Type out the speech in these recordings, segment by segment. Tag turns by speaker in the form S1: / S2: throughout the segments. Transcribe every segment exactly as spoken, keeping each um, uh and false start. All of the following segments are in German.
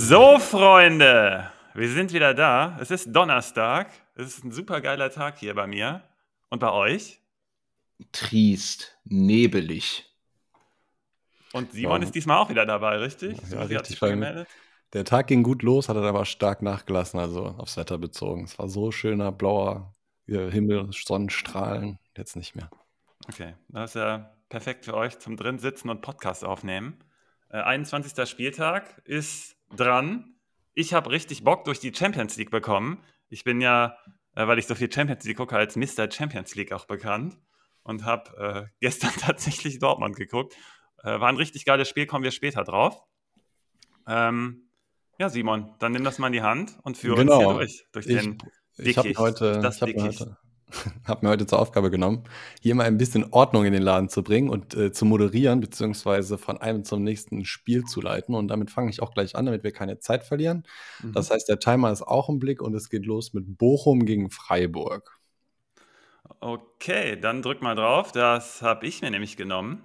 S1: So, Freunde, wir sind wieder da. Es ist Donnerstag. Es ist ein super geiler Tag hier bei mir. Und bei euch?
S2: Triest, nebelig.
S1: Und Simon
S3: Ja.
S1: ist diesmal auch wieder dabei, richtig?
S3: Ja,
S1: Susi hat
S3: richtig,
S1: sich schon
S3: weil-
S1: gemeldet.
S3: Der Tag ging gut los, hat er aber stark nachgelassen, also aufs Wetter bezogen. Es war so schöner, blauer äh, Himmel, Sonnenstrahlen, jetzt nicht mehr.
S1: Okay, das ist ja perfekt für euch zum drin sitzen und Podcast aufnehmen. Äh, einundzwanzigster Spieltag ist dran. Ich habe richtig Bock durch die Champions League bekommen. Ich bin ja, äh, weil ich so viel Champions League gucke, als Mister Champions League auch bekannt und habe äh, gestern tatsächlich Dortmund geguckt. Äh, war ein richtig geiles Spiel, kommen wir später drauf. Ähm, ja, Simon, dann nimm das mal in die Hand und führe uns
S3: Genau.
S1: hier durch, durch
S3: Ich,
S1: den
S3: ich habe mir
S1: Dickicht,
S3: heute,
S1: das
S3: ich hab mir
S1: Dickicht.
S3: heute, hab mir heute zur Aufgabe genommen, hier mal ein bisschen Ordnung in den Laden zu bringen und äh, zu moderieren, beziehungsweise von einem zum nächsten Spiel zu leiten. Und damit fange ich auch gleich an, damit wir keine Zeit verlieren.
S1: Mhm.
S3: Das heißt, der Timer ist auch im Blick und es geht los mit Bochum gegen Freiburg.
S1: Okay, dann drück mal drauf. Das habe ich mir nämlich genommen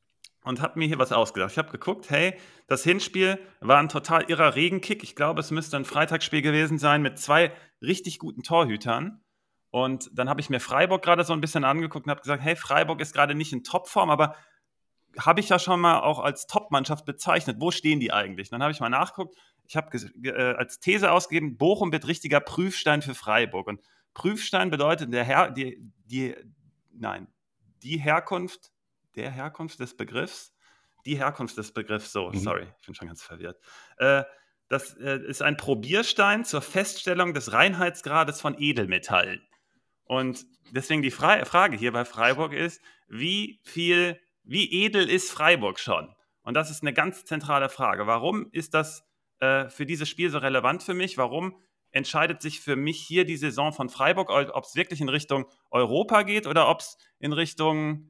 S1: und habe mir hier was ausgedacht. Ich habe geguckt, hey, das Hinspiel war ein total irrer Regenkick. Ich glaube, es müsste ein Freitagsspiel gewesen sein mit zwei richtig guten Torhütern. Und dann habe ich mir Freiburg gerade so ein bisschen angeguckt und habe gesagt, hey, Freiburg ist gerade nicht in Topform, aber habe ich ja schon mal auch als Topmannschaft bezeichnet. Wo stehen die eigentlich? Dann habe ich mal nachgeguckt. Ich habe ges- ge- äh, als These ausgegeben, Bochum wird richtiger Prüfstein für Freiburg. Und Prüfstein bedeutet der Her die, die, nein, die Herkunft, der Herkunft des Begriffs, die Herkunft des Begriffs, so,
S3: Mhm.
S1: sorry, ich bin schon ganz verwirrt. Äh, das äh, ist ein Probierstein zur Feststellung des Reinheitsgrades von Edelmetallen. Und deswegen die Fra Frage hier bei Freiburg ist, wie viel, wie edel ist Freiburg schon? Und das ist eine ganz zentrale Frage. Warum ist das äh, für dieses Spiel so relevant für mich? Warum entscheidet sich für mich hier die Saison von Freiburg, ob es wirklich in Richtung Europa geht oder ob es in Richtung,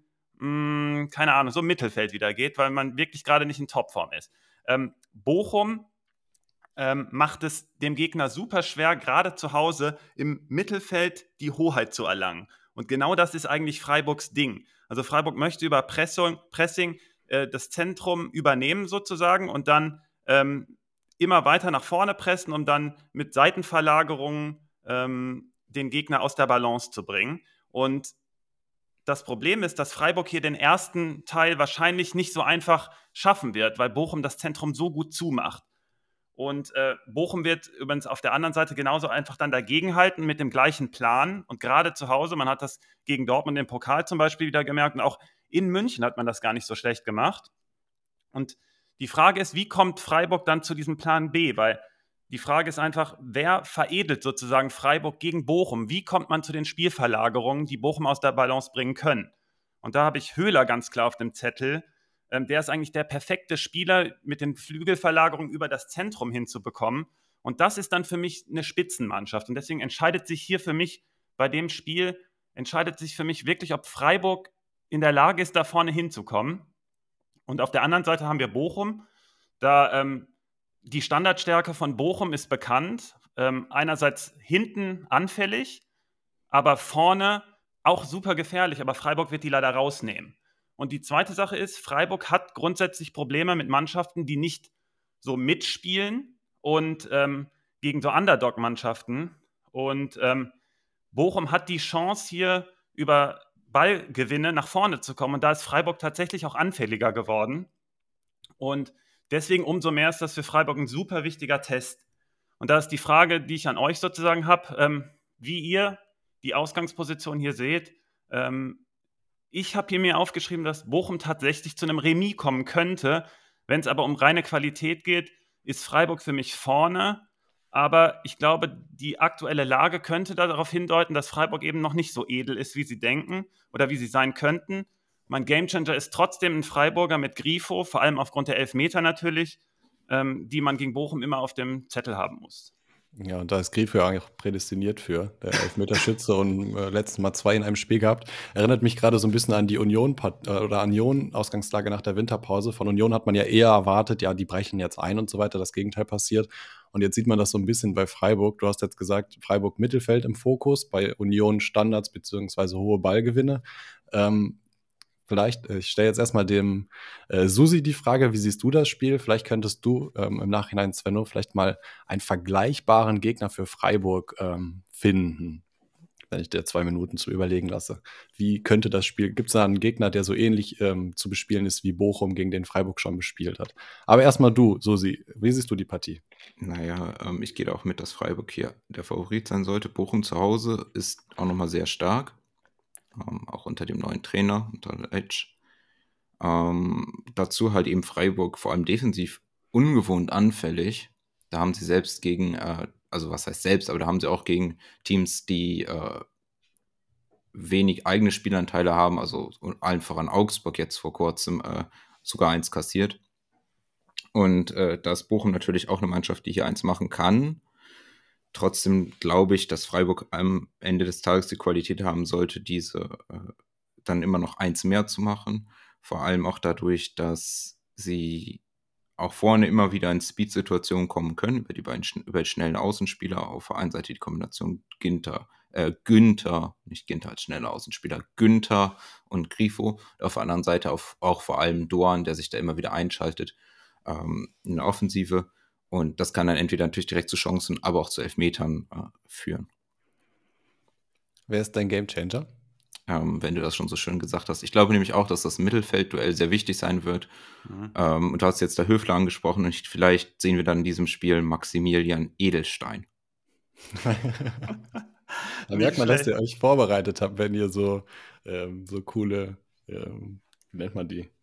S1: mh, keine Ahnung, so Mittelfeld wieder geht, weil man wirklich gerade nicht in Topform ist. Ähm, Bochum ähm, macht es dem Gegner super schwer, gerade zu Hause im Mittelfeld die Hoheit zu erlangen. Und genau das ist eigentlich Freiburgs Ding. Also Freiburg möchte über Pressung, Pressing äh, das Zentrum übernehmen sozusagen und dann ähm, immer weiter nach vorne pressen, um dann mit Seitenverlagerungen ähm, den Gegner aus der Balance zu bringen. Und das Problem ist, dass Freiburg hier den ersten Teil wahrscheinlich nicht so einfach schaffen wird, weil Bochum das Zentrum so gut zumacht. Und äh, Bochum wird übrigens auf der anderen Seite genauso einfach dann dagegenhalten mit dem gleichen Plan. Und gerade zu Hause, man hat das gegen Dortmund im Pokal zum Beispiel wieder gemerkt und auch in München hat man das gar nicht so schlecht gemacht. Und die Frage ist, wie kommt Freiburg dann zu diesem Plan B? Weil die Frage ist einfach, wer veredelt sozusagen Freiburg gegen Bochum? Wie kommt man zu den Spielverlagerungen, die Bochum aus der Balance bringen können? Und da habe ich Höhler ganz klar auf dem Zettel. Ähm, der ist eigentlich der perfekte Spieler, mit den Flügelverlagerungen über das Zentrum hinzubekommen. Und das ist dann für mich eine Spitzenmannschaft. Und deswegen entscheidet sich hier für mich bei dem Spiel, entscheidet sich für mich wirklich, ob Freiburg in der Lage ist, da vorne hinzukommen. Und auf der anderen Seite haben wir Bochum. Da ähm, die Standardstärke von Bochum ist bekannt. Ähm, einerseits hinten anfällig, aber vorne auch super gefährlich. Aber Freiburg wird die leider rausnehmen. Und die zweite Sache ist, Freiburg hat grundsätzlich Probleme mit Mannschaften, die nicht so mitspielen und ähm, gegen so Underdog-Mannschaften. Und ähm, Bochum hat die Chance, hier über Ballgewinne nach vorne zu kommen. Und da ist Freiburg tatsächlich auch anfälliger geworden. Und deswegen umso mehr ist das für Freiburg ein super wichtiger Test. Und da ist die Frage, die ich an euch sozusagen habe, ähm, wie ihr die Ausgangsposition hier seht. Ähm, Ich habe hier mir aufgeschrieben, dass Bochum tatsächlich zu einem Remis kommen könnte. Wenn es aber um reine Qualität geht, ist Freiburg für mich vorne. Aber ich glaube, die aktuelle Lage könnte darauf hindeuten, dass Freiburg eben noch nicht so edel ist, wie sie denken oder wie sie sein könnten. Mein Gamechanger ist trotzdem ein Freiburger mit Grifo, vor allem aufgrund der Elfmeter natürlich, ähm, die man gegen Bochum immer auf dem Zettel haben muss.
S3: Ja, und da ist Grifo ja eigentlich auch prädestiniert für. Der Elfmeterschütze und äh, letztes Mal zwei in einem Spiel gehabt. Erinnert mich gerade so ein bisschen an die Union äh, oder an Union-Ausgangslage nach der Winterpause. Von Union hat man ja eher erwartet, ja, die brechen jetzt ein und so weiter. Das Gegenteil passiert. Und jetzt sieht man das so ein bisschen bei Freiburg. Du hast jetzt gesagt, Freiburg Mittelfeld im Fokus, bei Union Standards beziehungsweise hohe Ballgewinne. Ähm, vielleicht, äh, ich stelle jetzt erstmal dem äh, Susi die Frage, wie siehst du das Spiel? Vielleicht könntest du ähm, im Nachhinein, Svenno, vielleicht mal einen vergleichbaren Gegner für Freiburg ähm, finden, wenn ich dir zwei Minuten zu überlegen lasse. Wie könnte das Spiel, gibt es da einen Gegner, der so ähnlich ähm, zu bespielen ist, wie Bochum gegen den Freiburg schon bespielt hat? Aber erstmal du, Susi, wie siehst du die Partie?
S2: Naja, ähm, ich gehe da auch mit, dass Freiburg hier der Favorit sein sollte. Bochum zu Hause ist auch nochmal sehr stark, ähm, auch unter dem neuen Trainer, unter Edge. Ähm, dazu halt eben Freiburg vor allem defensiv ungewohnt anfällig. Da haben sie selbst gegen, äh, also was heißt selbst, aber da haben sie auch gegen Teams, die äh, wenig eigene Spielanteile haben, also allen voran Augsburg jetzt vor kurzem äh, sogar eins kassiert. Und äh, da ist Bochum natürlich auch eine Mannschaft, die hier eins machen kann. Trotzdem glaube ich, dass Freiburg am Ende des Tages die Qualität haben sollte, diese äh, dann immer noch eins mehr zu machen. Vor allem auch dadurch, dass sie auch vorne immer wieder in Speed-Situationen kommen können, über die beiden über die schnellen Außenspieler. Auf der einen Seite die Kombination Ginter, äh, Günther, nicht Ginter als schneller Außenspieler, Günther und Grifo. Auf der anderen Seite auf, auch vor allem Doan, der sich da immer wieder einschaltet ähm, in der Offensive. Und das kann dann entweder natürlich direkt zu Chancen, aber auch zu Elfmetern äh, führen.
S3: Wer ist dein Gamechanger?
S2: Ähm, wenn du das schon so schön gesagt hast. Ich glaube nämlich auch, dass das Mittelfeldduell sehr wichtig sein wird. Mhm. Ähm, und du hast jetzt der Höfler angesprochen und vielleicht sehen wir dann in diesem Spiel Maximilian Edelstein.
S3: Da merkt man, dass ihr euch vorbereitet habt, wenn ihr so, ähm, so coole, ähm, wie nennt man die?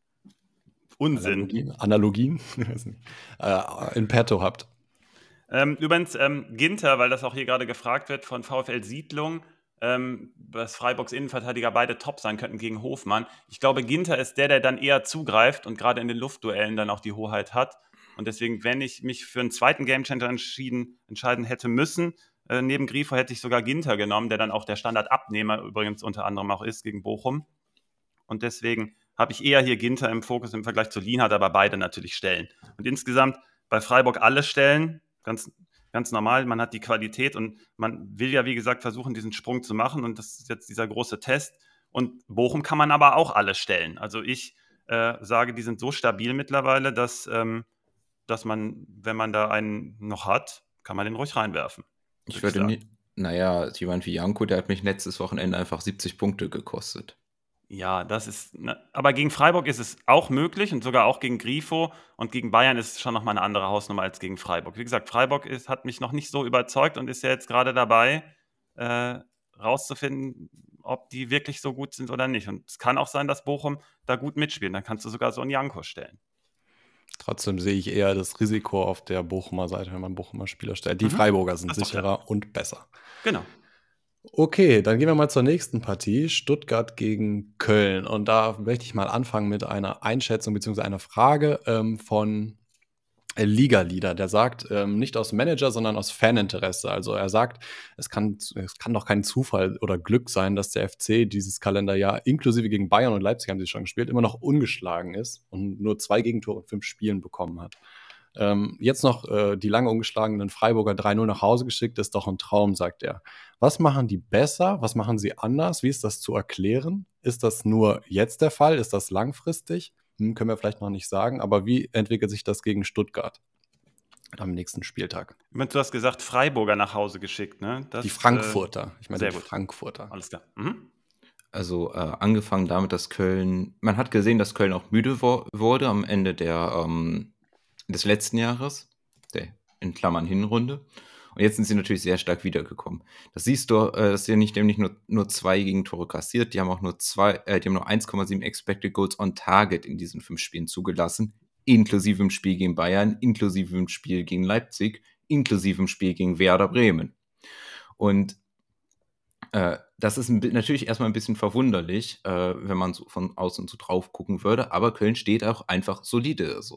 S1: Unsinn.
S3: Analogien, Analogien? äh, in petto habt.
S1: Ähm, übrigens, ähm, Ginter, weil das auch hier gerade gefragt wird von VfL Siedlung, ähm, dass Freiburgs Innenverteidiger beide top sein könnten gegen Hofmann. Ich glaube, Ginter ist der, der dann eher zugreift und gerade in den Luftduellen dann auch die Hoheit hat. Und deswegen, wenn ich mich für einen zweiten Gamechanger entschieden, entscheiden hätte müssen, äh, neben Grifo hätte ich sogar Ginter genommen, der dann auch der Standardabnehmer übrigens unter anderem auch ist gegen Bochum. Und deswegen habe ich eher hier Ginter im Fokus im Vergleich zu Lienhardt, aber beide natürlich Stellen. Und insgesamt bei Freiburg alle Stellen, ganz, ganz normal, man hat die Qualität und man will ja, wie gesagt, versuchen, diesen Sprung zu machen und das ist jetzt dieser große Test. Und Bochum kann man aber auch alle stellen. Also ich äh, sage, die sind so stabil mittlerweile, dass, ähm, dass man, wenn man da einen noch hat, kann man den ruhig reinwerfen.
S2: Ich würde nicht, naja, jemand wie Janko, der hat mich letztes Wochenende einfach siebzig Punkte gekostet.
S1: Ja, das ist, ne, aber gegen Freiburg ist es auch möglich und sogar auch gegen Grifo und gegen Bayern ist es schon nochmal eine andere Hausnummer als gegen Freiburg. Wie gesagt, Freiburg ist, hat mich noch nicht so überzeugt und ist ja jetzt gerade dabei, äh, rauszufinden, ob die wirklich so gut sind oder nicht. Und es kann auch sein, dass Bochum da gut mitspielt. Dann kannst du sogar so einen Janko stellen.
S3: Trotzdem sehe ich eher das Risiko auf der Bochumer Seite, wenn man Bochumer Spieler stellt. Die mhm. Freiburger sind sicherer klar. Und besser.
S1: Genau.
S3: Okay, dann gehen wir mal zur nächsten Partie. Stuttgart gegen Köln. Und da möchte ich mal anfangen mit einer Einschätzung bzw. einer Frage ähm, von Liga-Leader. Der sagt, ähm, nicht aus Manager, sondern aus Faninteresse. Also er sagt, es kann, es kann doch kein Zufall oder Glück sein, dass der F C dieses Kalenderjahr, inklusive gegen Bayern und Leipzig haben sie schon gespielt, immer noch ungeschlagen ist und nur zwei Gegentore in fünf Spielen bekommen hat. Ähm, jetzt noch äh, die lange ungeschlagenen Freiburger drei null nach Hause geschickt, ist doch ein Traum, sagt er. Was machen die besser? Was machen sie anders? Wie ist das zu erklären? Ist das nur jetzt der Fall? Ist das langfristig? Hm, können wir vielleicht noch nicht sagen. Aber wie entwickelt sich das gegen Stuttgart am nächsten Spieltag?
S1: Du hast gesagt, Freiburger nach Hause geschickt, ne? Das,
S3: die Frankfurter.
S1: Äh,
S3: ich meine,
S1: sehr
S3: die
S1: gut.
S3: Frankfurter.
S1: Alles klar. Mhm.
S2: Also äh, angefangen damit, dass Köln, man hat gesehen, dass Köln auch müde wo- wurde am Ende der ähm, des letzten Jahres, der in Klammern Hinrunde. Und jetzt sind sie natürlich sehr stark wiedergekommen. Das siehst du, äh, dass sie nicht, nämlich nur, nur zwei Gegentore kassiert. Die haben auch nur zwei, äh, die haben nur eins Komma sieben Expected Goals on Target in diesen fünf Spielen zugelassen, inklusive im Spiel gegen Bayern, inklusive im Spiel gegen Leipzig, inklusive im Spiel gegen Werder Bremen. Und äh, das ist ein, natürlich erstmal ein bisschen verwunderlich, äh, wenn man so von außen so drauf gucken würde, aber Köln steht auch einfach solide. Also,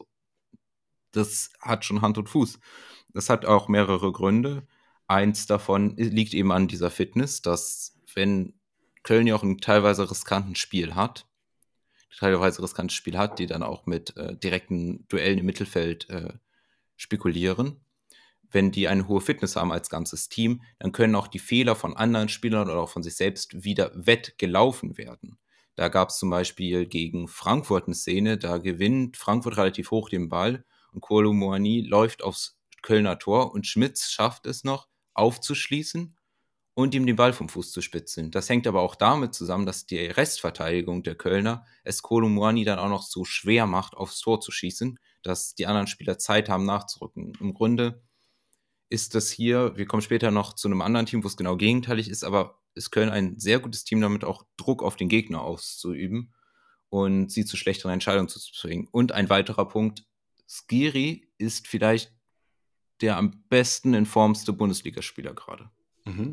S2: das hat schon Hand und Fuß. Das hat auch mehrere Gründe. Eins davon liegt eben an dieser Fitness, dass wenn Köln ja auch ein teilweise riskanten Spiel hat, teilweise riskantes Spiel hat, die dann auch mit äh, direkten Duellen im Mittelfeld äh, spekulieren, wenn die eine hohe Fitness haben als ganzes Team, dann können auch die Fehler von anderen Spielern oder auch von sich selbst wieder wettgelaufen werden. Da gab es zum Beispiel gegen Frankfurt eine Szene, da gewinnt Frankfurt relativ hoch den Ball und Kolo Muani läuft aufs Kölner Tor und Schmitz schafft es noch, aufzuschließen und ihm den Ball vom Fuß zu spitzeln. Das hängt aber auch damit zusammen, dass die Restverteidigung der Kölner es Kolo Muani dann auch noch so schwer macht, aufs Tor zu schießen, dass die anderen Spieler Zeit haben nachzurücken. Im Grunde ist das hier, wir kommen später noch zu einem anderen Team, wo es genau gegenteilig ist, aber ist Köln ein sehr gutes Team, damit auch Druck auf den Gegner auszuüben und sie zu schlechteren Entscheidungen zu bringen. Und ein weiterer Punkt, Skiri ist vielleicht der am besten informste Bundesligaspieler gerade.
S3: Mhm.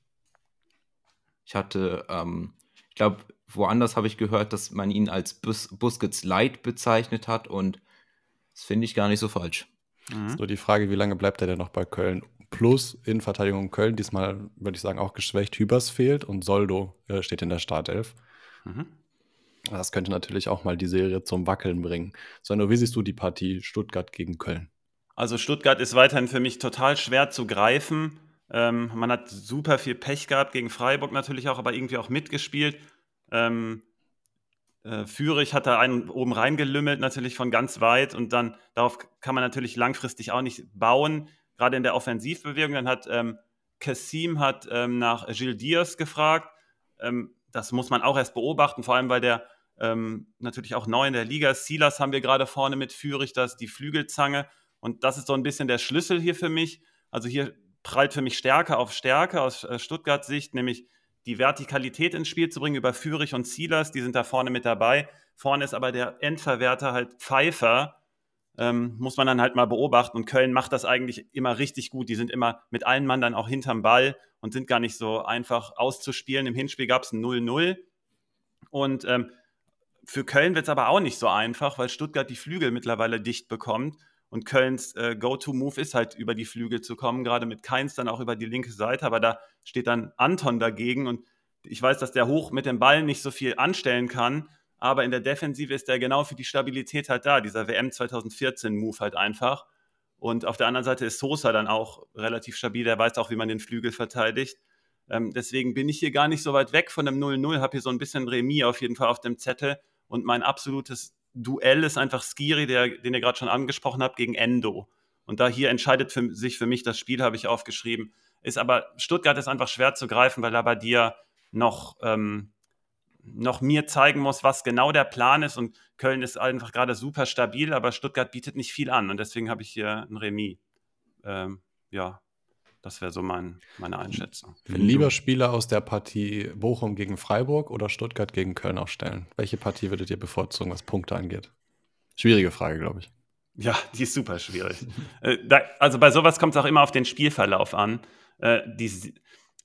S2: Ich hatte, ähm, ich glaube, woanders habe ich gehört, dass man ihn als Bus Busquets Light bezeichnet hat und das finde ich gar nicht so falsch.
S3: Mhm. Ist nur die Frage, wie lange bleibt er denn noch bei Köln? Plus Innenverteidigung Köln, diesmal würde ich sagen auch geschwächt. Hübers fehlt und Soldo äh, steht in der Startelf.
S1: Mhm.
S3: Das könnte natürlich auch mal die Serie zum Wackeln bringen. Sondern wie siehst du die Partie Stuttgart gegen Köln?
S1: Also Stuttgart ist weiterhin für mich total schwer zu greifen. Ähm, man hat super viel Pech gehabt gegen Freiburg natürlich auch, aber irgendwie auch mitgespielt. Ähm, äh, Fürich hat da einen oben reingelümmelt, natürlich von ganz weit und dann darauf kann man natürlich langfristig auch nicht bauen, gerade in der Offensivbewegung. Dann hat ähm, Kassim hat ähm, nach Gilles Diaz gefragt. Ähm, das muss man auch erst beobachten, vor allem weil der ähm, natürlich auch neu in der Liga ist. Silas haben wir gerade vorne mit Fürich, das ist die Flügelzange und das ist so ein bisschen der Schlüssel hier für mich. Also hier prallt für mich Stärke auf Stärke aus äh, Stuttgarts Sicht, nämlich die Vertikalität ins Spiel zu bringen über Fürich und Silas, die sind da vorne mit dabei. Vorne ist aber der Endverwerter halt Pfeiffer, ähm, muss man dann halt mal beobachten. Und Köln macht das eigentlich immer richtig gut. Die sind immer mit allen Mann dann auch hinterm Ball und sind gar nicht so einfach auszuspielen. Im Hinspiel gab es ein null null. Und ähm, für Köln wird es aber auch nicht so einfach, weil Stuttgart die Flügel mittlerweile dicht bekommt. Und Kölns äh, Go-To-Move ist halt, über die Flügel zu kommen, gerade mit Kainz dann auch über die linke Seite. Aber da steht dann Anton dagegen. Und ich weiß, dass der hoch mit dem Ball nicht so viel anstellen kann. Aber in der Defensive ist der genau für die Stabilität halt da. Dieser W M zwanzig vierzehn-Move halt einfach. Und auf der anderen Seite ist Sosa dann auch relativ stabil. Der weiß auch, wie man den Flügel verteidigt. Ähm, deswegen bin ich hier gar nicht so weit weg von dem null null. Habe hier so ein bisschen Remis auf jeden Fall auf dem Zettel. Und mein absolutes Duell ist einfach Skiri, der, den ihr gerade schon angesprochen habt, gegen Endo. Und da hier entscheidet für, sich für mich das Spiel, habe ich aufgeschrieben. Ist aber, Stuttgart ist einfach schwer zu greifen, weil Labadia noch, ähm, noch mir zeigen muss, was genau der Plan ist. Und Köln ist einfach gerade super stabil, aber Stuttgart bietet nicht viel an. Und deswegen habe ich hier ein Remis. Ähm, ja, das wäre so mein, meine Einschätzung.
S3: Lieber Spieler aus der Partie Bochum gegen Freiburg oder Stuttgart gegen Köln aufstellen? Welche Partie würdet ihr bevorzugen, was Punkte angeht? Schwierige Frage, glaube ich.
S1: Ja, die ist super schwierig. äh, da, also bei sowas kommt es auch immer auf den Spielverlauf an. Äh, die,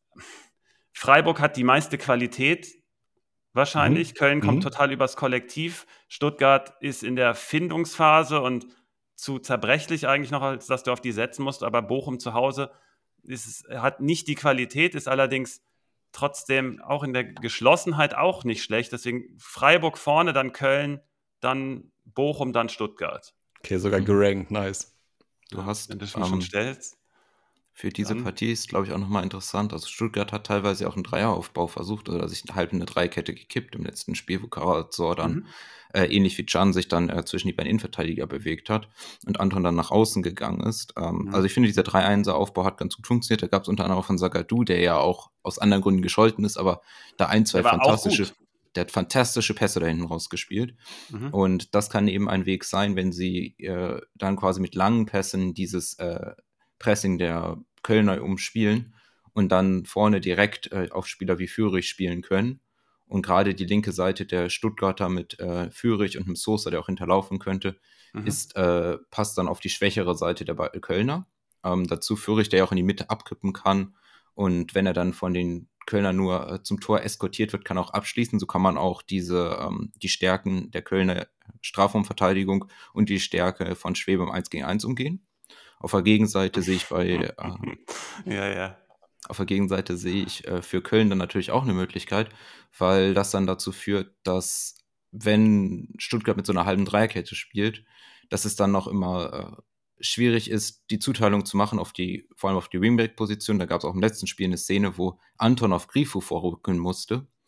S1: Freiburg hat die meiste Qualität wahrscheinlich. Mhm. Köln kommt mhm. total übers Kollektiv. Stuttgart ist in der Findungsphase und zu zerbrechlich eigentlich noch, als dass du auf die setzen musst. Aber Bochum zu Hause ist, hat nicht die Qualität, ist allerdings trotzdem auch in der Geschlossenheit auch nicht schlecht. Deswegen Freiburg vorne, dann Köln, dann Bochum, dann Stuttgart.
S3: Okay, sogar gerankt, nice.
S2: Du hast,
S1: wenn du schon, um, schon stellst.
S2: Für diese dann. Partie ist, glaube ich, auch nochmal interessant. Also Stuttgart hat teilweise auch einen Dreieraufbau versucht oder sich halb in eine Dreikette gekippt im letzten Spiel, wo Karazor dann mhm. äh, ähnlich wie Can sich dann äh, zwischen die beiden Innenverteidiger bewegt hat und Anton dann nach außen gegangen ist. Ähm, mhm. Also ich finde, dieser drei eins-Aufbau hat ganz gut funktioniert. Da gab es unter anderem von Zagadou, der ja auch aus anderen Gründen gescholten ist, aber da ein, zwei fantastische, der hat fantastische Pässe da hinten rausgespielt. Mhm. Und das kann eben ein Weg sein, wenn sie äh, dann quasi mit langen Pässen dieses äh, Pressing der Kölner umspielen und dann vorne direkt äh, auf Spieler wie Fürich spielen können. Und gerade die linke Seite der Stuttgarter mit äh, Fürich und einem Sosa, der auch hinterlaufen könnte, mhm. ist, äh, passt dann auf die schwächere Seite der ba- Kölner. Ähm, dazu Fürich, der auch in die Mitte abkippen kann. Und wenn er dann von den Kölner nur äh, zum Tor eskortiert wird, kann er auch abschließen. So kann man auch diese ähm, die Stärken der Kölner Strafraumverteidigung und die Stärke von Schwebe im eins gegen eins umgehen. Auf der Gegenseite sehe ich bei äh,
S1: ja, ja.
S2: Auf der Gegenseite sehe ich äh, für Köln dann natürlich auch eine Möglichkeit, weil das dann dazu führt, dass wenn Stuttgart mit so einer halben Dreierkette spielt, dass es dann noch immer äh, schwierig ist, die Zuteilung zu machen auf die, vor allem auf die Wingback-Position. Da gab es auch im letzten Spiel eine Szene, wo Anton auf Grifo vorrücken musste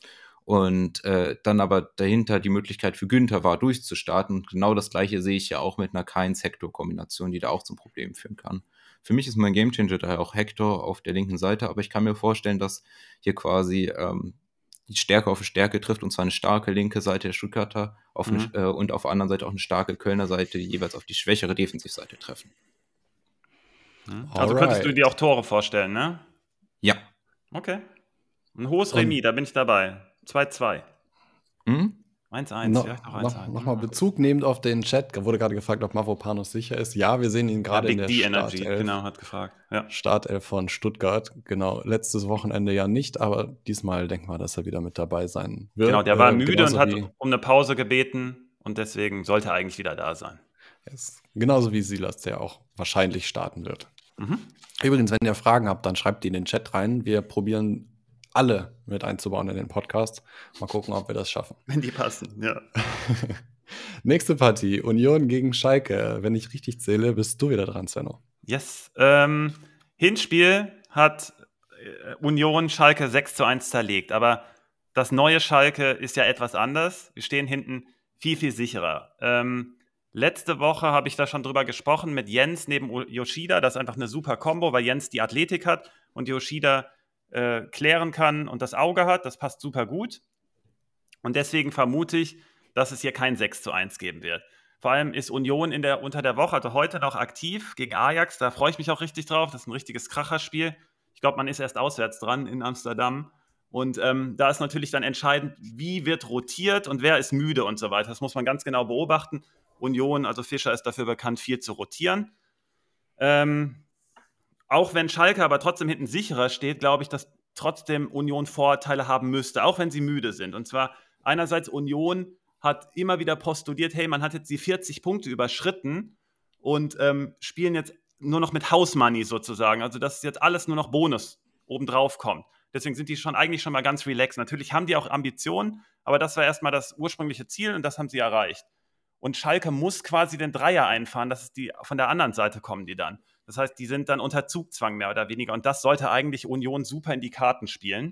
S2: und äh, dann aber dahinter die Möglichkeit für Günther war, durchzustarten. Und genau das Gleiche sehe ich ja auch mit einer Kainz-Hector-Kombination, die da auch zum Problem führen kann. Für mich ist mein Gamechanger daher auch Hector auf der linken Seite, aber ich kann mir vorstellen, dass hier quasi ähm, die Stärke auf Stärke trifft, und zwar eine starke linke Seite der Stuttgarter auf
S1: Mhm.
S2: eine, äh, und auf der anderen Seite auch eine starke Kölner Seite, die jeweils auf die schwächere Defensivseite treffen.
S1: Mhm. Also könntest du
S3: Alright.
S1: dir auch Tore vorstellen, ne?
S2: Ja.
S1: Okay. Ein hohes
S3: Und-
S1: Remis, da bin ich dabei. zwei zwei.
S2: Hm?
S1: eins eins,
S3: No,
S1: vielleicht auch
S3: noch,
S1: eins eins.
S3: noch mal Bezug nehmend auf den Chat. Da wurde gerade gefragt, ob Mavropanos sicher ist. Ja, wir sehen ihn
S1: Ja,
S3: gerade in
S1: Big
S3: der
S1: D Energy,
S3: Startelf.
S1: genau, hat gefragt. Ja.
S3: Startelf von Stuttgart. Genau, letztes Wochenende ja nicht, aber diesmal denken wir, dass er wieder mit dabei sein wird.
S1: Genau, der war
S3: Äh,
S1: müde
S3: genauso
S1: und hat
S3: wie,
S1: um eine Pause gebeten und deswegen sollte er eigentlich wieder da sein.
S3: yes, genauso wie Silas, der auch wahrscheinlich starten wird.
S1: Mhm.
S3: Übrigens, wenn ihr Fragen habt, dann schreibt die in den Chat rein. Wir probieren alle mit einzubauen in den Podcast. Mal gucken, ob wir das schaffen.
S1: Wenn die passen, ja.
S3: Nächste Partie, Union gegen Schalke. Wenn ich richtig zähle, bist du wieder dran, Svenno.
S1: Yes. Ähm, Hinspiel hat äh, Union Schalke sechs zu eins zerlegt, aber das neue Schalke ist ja etwas anders. Wir stehen hinten viel, viel sicherer. Ähm, letzte Woche habe ich da schon drüber gesprochen mit Jens neben Yoshida. Das ist einfach eine super Kombo, weil Jens die Athletik hat und Yoshida äh, klären kann und das Auge hat. Das passt super gut. Und deswegen vermute ich, dass es hier kein sechs zu eins geben wird. Vor allem ist Union in der, unter der Woche, also heute noch aktiv gegen Ajax. Da freue ich mich auch richtig drauf. Das ist ein richtiges Kracherspiel. Ich glaube, man ist erst auswärts dran in Amsterdam. Und ähm, da ist natürlich dann entscheidend, wie wird rotiert und wer ist müde und so weiter. Das muss man ganz genau beobachten. Union, also Fischer ist dafür bekannt, viel zu rotieren. Ähm, auch wenn Schalke aber trotzdem hinten sicherer steht, glaube ich, dass trotzdem Union Vorteile haben müsste, auch wenn sie müde sind. Und zwar einerseits Union hat immer wieder postuliert, hey, man hat jetzt die vierzig Punkte überschritten und ähm, spielen jetzt nur noch mit House Money sozusagen. Also dass jetzt alles nur noch Bonus obendrauf kommt. Deswegen sind die schon eigentlich schon mal ganz relaxed. Natürlich haben die auch Ambitionen, aber das war erstmal das ursprüngliche Ziel und das haben sie erreicht. Und Schalke muss quasi den Dreier einfahren, das ist die, von der anderen Seite kommen die dann. Das heißt, die sind dann unter Zugzwang mehr oder weniger. Und das sollte eigentlich Union super in die Karten spielen.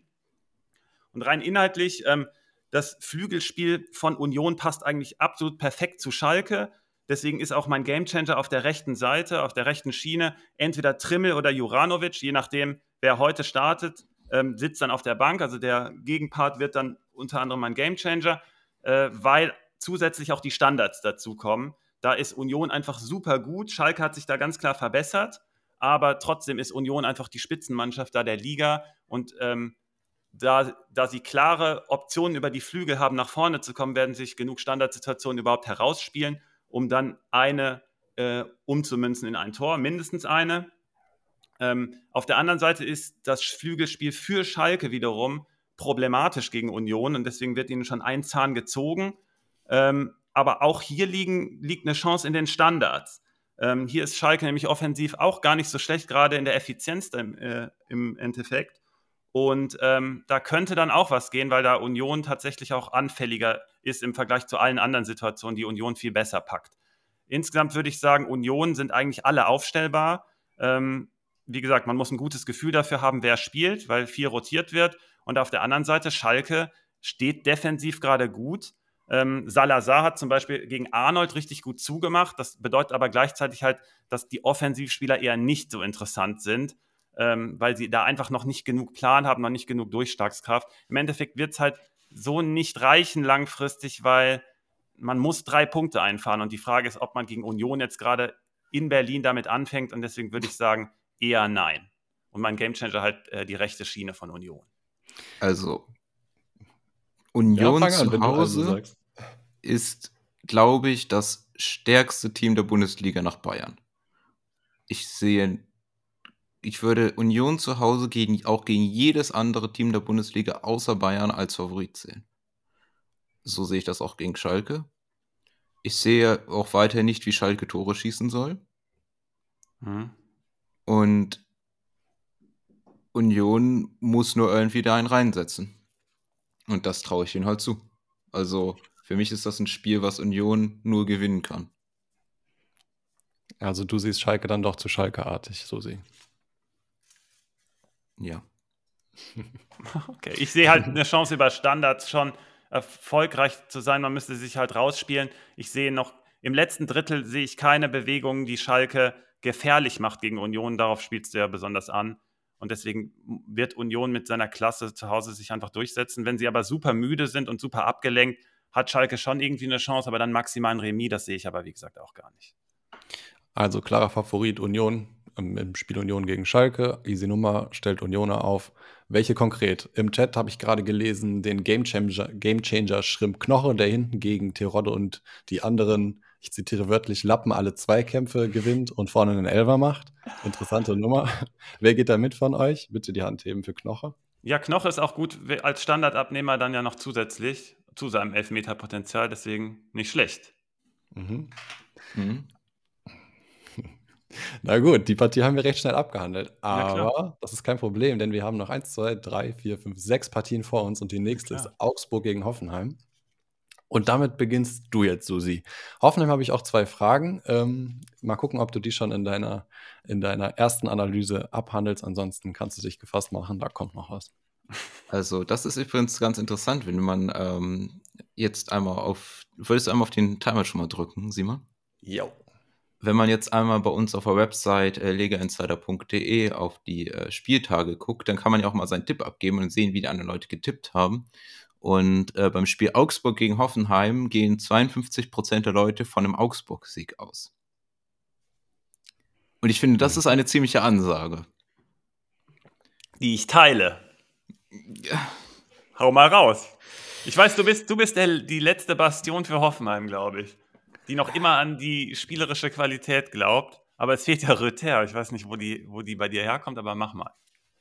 S1: Und rein inhaltlich, ähm, das Flügelspiel von Union passt eigentlich absolut perfekt zu Schalke. Deswegen ist auch mein Gamechanger auf der rechten Seite, auf der rechten Schiene, entweder Trimmel oder Juranovic, je nachdem, wer heute startet, ähm, sitzt dann auf der Bank. Also der Gegenpart wird dann unter anderem mein Gamechanger, äh, weil zusätzlich auch die Standards dazukommen. Da ist Union einfach super gut. Schalke hat sich da ganz klar verbessert, aber trotzdem ist Union einfach die Spitzenmannschaft da der Liga und ähm, da, da sie klare Optionen über die Flügel haben, nach vorne zu kommen, werden sich genug Standardsituationen überhaupt herausspielen, um dann eine äh, umzumünzen in ein Tor, mindestens eine. Ähm, auf der anderen Seite ist das Flügelspiel für Schalke wiederum problematisch gegen Union und deswegen wird ihnen schon ein Zahn gezogen. Ähm, aber auch hier liegen, liegt eine Chance in den Standards. Ähm, hier ist Schalke nämlich offensiv auch gar nicht so schlecht, gerade in der Effizienz im, äh, im Endeffekt. Und ähm, da könnte dann auch was gehen, weil da Union tatsächlich auch anfälliger ist im Vergleich zu allen anderen Situationen, die Union viel besser packt. Insgesamt würde ich sagen, Union sind eigentlich alle aufstellbar. Ähm, wie gesagt, man muss ein gutes Gefühl dafür haben, wer spielt, weil viel rotiert wird. Und auf der anderen Seite, Schalke steht defensiv gerade gut. Ähm, Salazar hat zum Beispiel gegen Arnold richtig gut zugemacht. Das bedeutet aber gleichzeitig halt, dass die Offensivspieler eher nicht so interessant sind, ähm, weil sie da einfach noch nicht genug Plan haben, noch nicht genug Durchschlagskraft. Im Endeffekt wird es halt so nicht reichen langfristig, weil man muss drei Punkte einfahren. Und die Frage ist, ob man gegen Union jetzt gerade in Berlin damit anfängt. Und deswegen würde ich sagen, eher nein. Und mein Gamechanger halt äh, die rechte Schiene von Union.
S2: Also, Union
S3: Ja, fang an,
S2: zu
S3: wenn du also
S2: Hause
S3: sagst.
S2: ist, glaube ich, das stärkste Team der Bundesliga nach Bayern. Ich sehe, ich würde Union zu Hause gegen, auch gegen jedes andere Team der Bundesliga außer Bayern als Favorit sehen. So sehe ich das auch gegen Schalke. Ich sehe auch weiterhin nicht, wie Schalke Tore schießen soll.
S1: Mhm.
S2: Und Union muss nur irgendwie da einen reinsetzen. Und das traue ich ihnen halt zu. Also für mich ist das ein Spiel, was Union nur gewinnen kann.
S3: Also du siehst Schalke dann doch zu Schalke-artig, so sie.
S2: Ja.
S1: Okay, ich sehe halt eine Chance über Standards schon erfolgreich zu sein. Man müsste sich halt rausspielen. Ich sehe noch, im letzten Drittel sehe ich keine Bewegung, die Schalke gefährlich macht gegen Union. Darauf spielst du ja besonders an. Und deswegen wird Union mit seiner Klasse zu Hause sich einfach durchsetzen. Wenn sie aber super müde sind und super abgelenkt, hat Schalke schon irgendwie eine Chance, aber dann maximal ein Remis, das sehe ich aber wie gesagt auch gar nicht.
S3: Also klarer Favorit Union ähm, im Spiel Union gegen Schalke. Easy Nummer, stellt Unioner auf. Welche konkret? Im Chat habe ich gerade gelesen, den Gamechanger Gamechanger Schrimp Knoche, der hinten gegen Terodde und die anderen, ich zitiere wörtlich, Lappen alle Zweikämpfe gewinnt und vorne einen Elfer macht. Interessante Nummer. Wer geht da mit von euch? Bitte die Hand heben für Knoche.
S1: Ja, Knoche ist auch gut als Standardabnehmer dann ja noch zusätzlich zu seinem Elfmeterpotenzial, deswegen nicht schlecht.
S3: Mhm.
S2: Mhm.
S3: Na gut, die Partie haben wir recht schnell abgehandelt.
S1: Ja, klar.
S3: Aber das ist kein Problem, denn wir haben noch eins, zwei, drei, vier, fünf, sechs Partien vor uns und die nächste
S1: Klar.
S3: ist Augsburg gegen Hoffenheim. Und damit beginnst du jetzt, Susi. Hoffenheim habe ich auch zwei Fragen. Ähm, mal gucken, ob du die schon in deiner, in deiner ersten Analyse abhandelst. Ansonsten kannst du dich gefasst machen, da kommt noch was.
S2: Also, das ist übrigens ganz interessant, wenn man ähm, jetzt einmal auf, würdest du einmal auf den Timer schon mal drücken, Simon?
S3: Jo.
S2: Wenn man jetzt einmal bei uns auf der Website äh, legainsider punkt de auf die äh, Spieltage guckt, dann kann man ja auch mal seinen Tipp abgeben und sehen, wie die anderen Leute getippt haben. Und äh, beim Spiel Augsburg gegen Hoffenheim gehen zweiundfünfzig Prozent der Leute von einem Augsburg-Sieg aus. Und ich finde, das
S3: Mhm.
S2: ist eine ziemliche Ansage.
S1: Die ich teile.
S2: Ja.
S1: Hau mal raus. Ich weiß, du bist, du bist der, die letzte Bastion für Hoffenheim, glaube ich. Die noch immer an die spielerische Qualität glaubt. Aber es fehlt ja Röther. Ich weiß nicht, wo die, wo die bei dir herkommt, aber mach mal.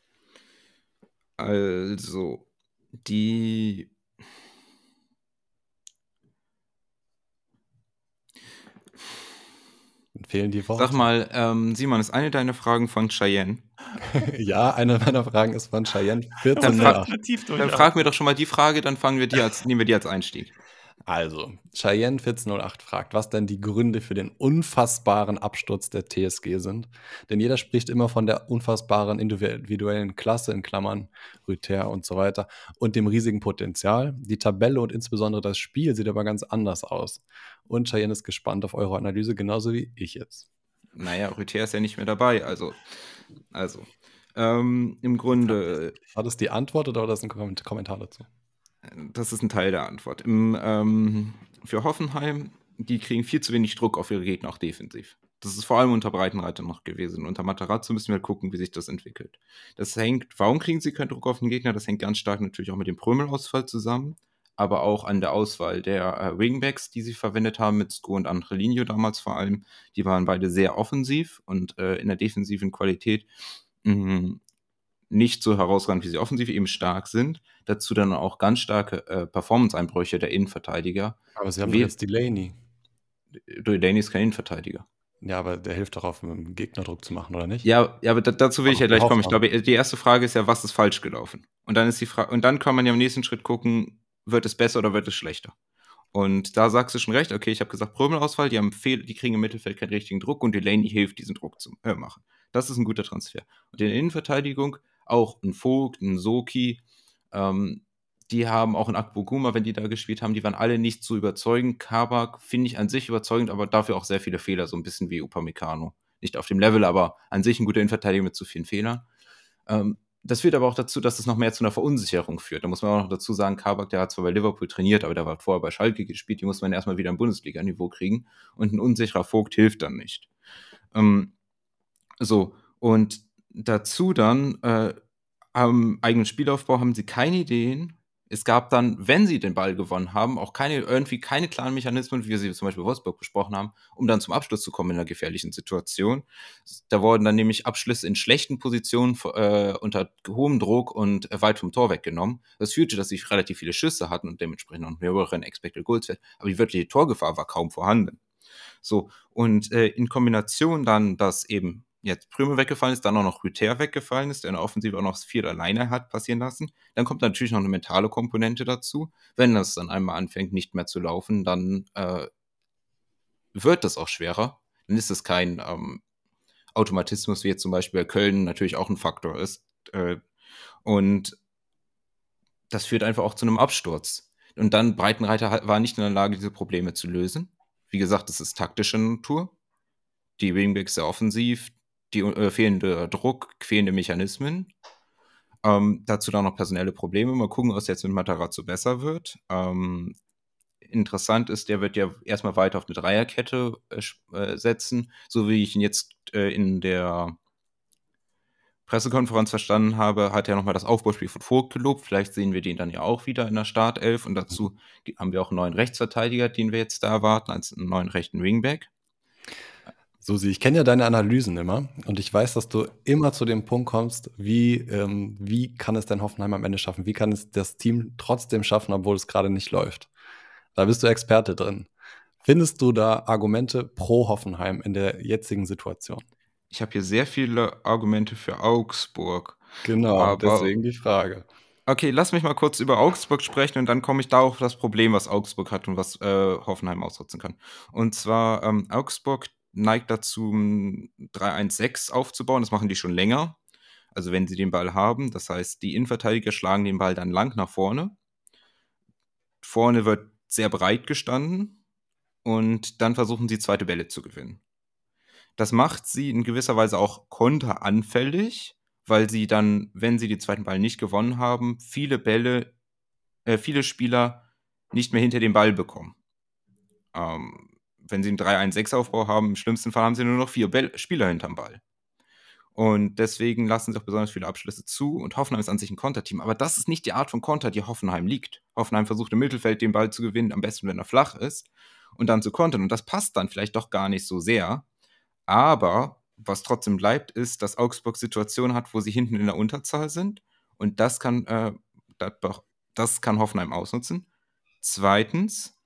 S2: Also, die.
S3: Fehlen die Worte.
S2: Sag mal, ähm, Simon, ist eine deiner Fragen von Cheyenne?
S3: Ja, eine meiner Fragen ist von Cheyenne
S2: Dann,
S3: vierzehn
S2: fra
S3: null acht.
S2: dann frag mir doch schon mal die Frage, dann fangen wir die als, nehmen wir die als Einstieg.
S3: Also, Cheyenne vierzehn null acht fragt, was denn die Gründe für den unfassbaren Absturz der T S G sind. Denn jeder spricht immer von der unfassbaren individuellen Klasse, in Klammern, Rüther und so weiter, und dem riesigen Potenzial. Die Tabelle und insbesondere das Spiel sieht aber ganz anders aus. Und Cheyenne ist gespannt auf eure Analyse, genauso wie ich jetzt.
S2: Naja, Rüther ist ja nicht mehr dabei, also, also ähm, im Grunde,
S3: War das die Antwort oder war das ein Kom- Kommentar dazu?
S2: das ist ein Teil der Antwort. Im, ähm, für Hoffenheim, die kriegen viel zu wenig Druck auf ihre Gegner, auch defensiv. Das ist vor allem unter Breitenreiter noch gewesen. Unter Matarazzo müssen wir halt gucken, wie sich das entwickelt. Das hängt, warum kriegen sie keinen Druck auf den Gegner? Das hängt ganz stark natürlich auch mit dem Prömel-Ausfall zusammen, aber auch an der Auswahl der äh, Wingbacks, die sie verwendet haben, mit Sko und Angelino damals vor allem. Die waren beide sehr offensiv und äh, in der defensiven Qualität mh, nicht so herausragend, wie sie offensiv eben stark sind. Dazu dann auch ganz starke äh, Performance-Einbrüche der Innenverteidiger.
S3: Aber sie haben
S2: Wie-
S3: doch jetzt Delaney.
S2: Delaney ist kein Innenverteidiger.
S3: Ja, aber der hilft doch auf, um Gegner Druck zu machen, oder nicht?
S2: Ja, ja, aber da, dazu will ich ja
S3: Aber
S2: gleich kommen. Ich
S3: Hoffmann.
S2: glaube, die erste Frage ist ja, was ist falsch gelaufen? Und dann ist die Frage, und dann kann man ja im nächsten Schritt gucken, wird es besser oder wird es schlechter? Und da sagst du schon recht, okay, ich habe gesagt, Prömel-Ausfall, die haben Fehl, die kriegen im Mittelfeld keinen richtigen Druck und Delaney hilft, diesen Druck zu äh, machen. Das ist ein guter Transfer. Und in der Innenverteidigung auch ein Vogt, ein Soki, ähm, die haben auch ein Akboguma, wenn die da gespielt haben, die waren alle nicht so überzeugend. Kabak finde ich an sich überzeugend, aber dafür auch sehr viele Fehler, so ein bisschen wie Upamecano. Nicht auf dem Level, aber an sich ein guter Innenverteidiger mit zu vielen Fehlern. Ähm, das führt aber auch dazu, dass es noch mehr zu einer Verunsicherung führt. Da muss man auch noch dazu sagen, Kabak, der hat zwar bei Liverpool trainiert, aber der war vorher bei Schalke gespielt, die muss man erstmal wieder im Bundesliga-Niveau kriegen. Und ein unsicherer Vogt hilft dann nicht. Ähm, so, und dazu dann, äh, am eigenen Spielaufbau haben sie keine Ideen. Es gab dann, wenn sie den Ball gewonnen haben, auch keine, irgendwie keine klaren Mechanismen, wie wir sie zum Beispiel Wolfsburg besprochen haben, um dann zum Abschluss zu kommen in einer gefährlichen Situation. Da wurden dann nämlich Abschlüsse in schlechten Positionen äh, unter hohem Druck und äh, weit vom Tor weggenommen. Das führte, dass sie relativ viele Schüsse hatten und dementsprechend auch einen höheren Expected Goals Wert, aber die wirkliche Torgefahr war kaum vorhanden. So, und äh, in Kombination dann, dass eben jetzt Prömel weggefallen ist, dann auch noch Rüther weggefallen ist, der in der Offensive auch noch viel alleine hat passieren lassen. Dann kommt natürlich noch eine mentale Komponente dazu. Wenn das dann einmal anfängt, nicht mehr zu laufen, dann äh, wird das auch schwerer. Dann ist es kein ähm, Automatismus, wie jetzt zum Beispiel bei Köln natürlich auch ein Faktor ist. Äh, Und das führt einfach auch zu einem Absturz. Und dann Breitenreiter war nicht in der Lage, diese Probleme zu lösen. Wie gesagt, es ist taktische Natur. Die Wingbacks sehr offensiv, die äh, fehlende Druck, fehlende Mechanismen. Ähm, dazu dann noch personelle Probleme. Mal gucken, was jetzt mit Matarazzo besser wird. Ähm, interessant ist, der wird ja erstmal weiter auf eine Dreierkette äh, setzen, so wie ich ihn jetzt äh, in der Pressekonferenz verstanden habe, hat er nochmal das Aufbauspiel von Vogt gelobt. Vielleicht sehen wir den dann ja auch wieder in der Startelf. Und dazu haben wir auch einen neuen Rechtsverteidiger, den wir jetzt da erwarten, als einen neuen rechten Wingback.
S3: Susi, ich kenne ja deine Analysen immer und ich weiß, dass du immer zu dem Punkt kommst, wie, ähm, wie kann es denn Hoffenheim am Ende schaffen? Wie kann es das Team trotzdem schaffen, obwohl es gerade nicht läuft? Da bist du Experte drin. Findest du da Argumente pro Hoffenheim in der jetzigen Situation?
S2: Ich habe hier sehr viele Argumente für Augsburg.
S3: Genau,
S2: aber
S3: deswegen die Frage.
S2: Okay, lass mich mal kurz über Augsburg sprechen und dann komme ich da auf das Problem, was Augsburg hat und was äh, Hoffenheim ausnutzen kann. Und zwar, ähm, Augsburg neigt dazu, drei eins sechs aufzubauen. Das machen die schon länger. Also wenn sie den Ball haben. Das heißt, die Innenverteidiger schlagen den Ball dann lang nach vorne. Vorne wird sehr breit gestanden und dann versuchen sie, zweite Bälle zu gewinnen. Das macht sie in gewisser Weise auch konteranfällig, weil sie dann, wenn sie den zweiten Ball nicht gewonnen haben, viele Bälle, äh, viele Spieler nicht mehr hinter den Ball bekommen. Ähm, wenn sie einen drei eins sechs Aufbau haben, im schlimmsten Fall haben sie nur noch vier Bäll- Spieler hinterm Ball. Und deswegen lassen sie auch besonders viele Abschlüsse zu und Hoffenheim ist an sich ein Konterteam. Aber das ist nicht die Art von Konter, die Hoffenheim liegt. Hoffenheim versucht im Mittelfeld den Ball zu gewinnen, am besten, wenn er flach ist, und dann zu kontern. Und das passt dann vielleicht doch gar nicht so sehr. Aber was trotzdem bleibt, ist, dass Augsburg Situationen hat, wo sie hinten in der Unterzahl sind. Und das kann, äh, das kann Hoffenheim ausnutzen. Zweitens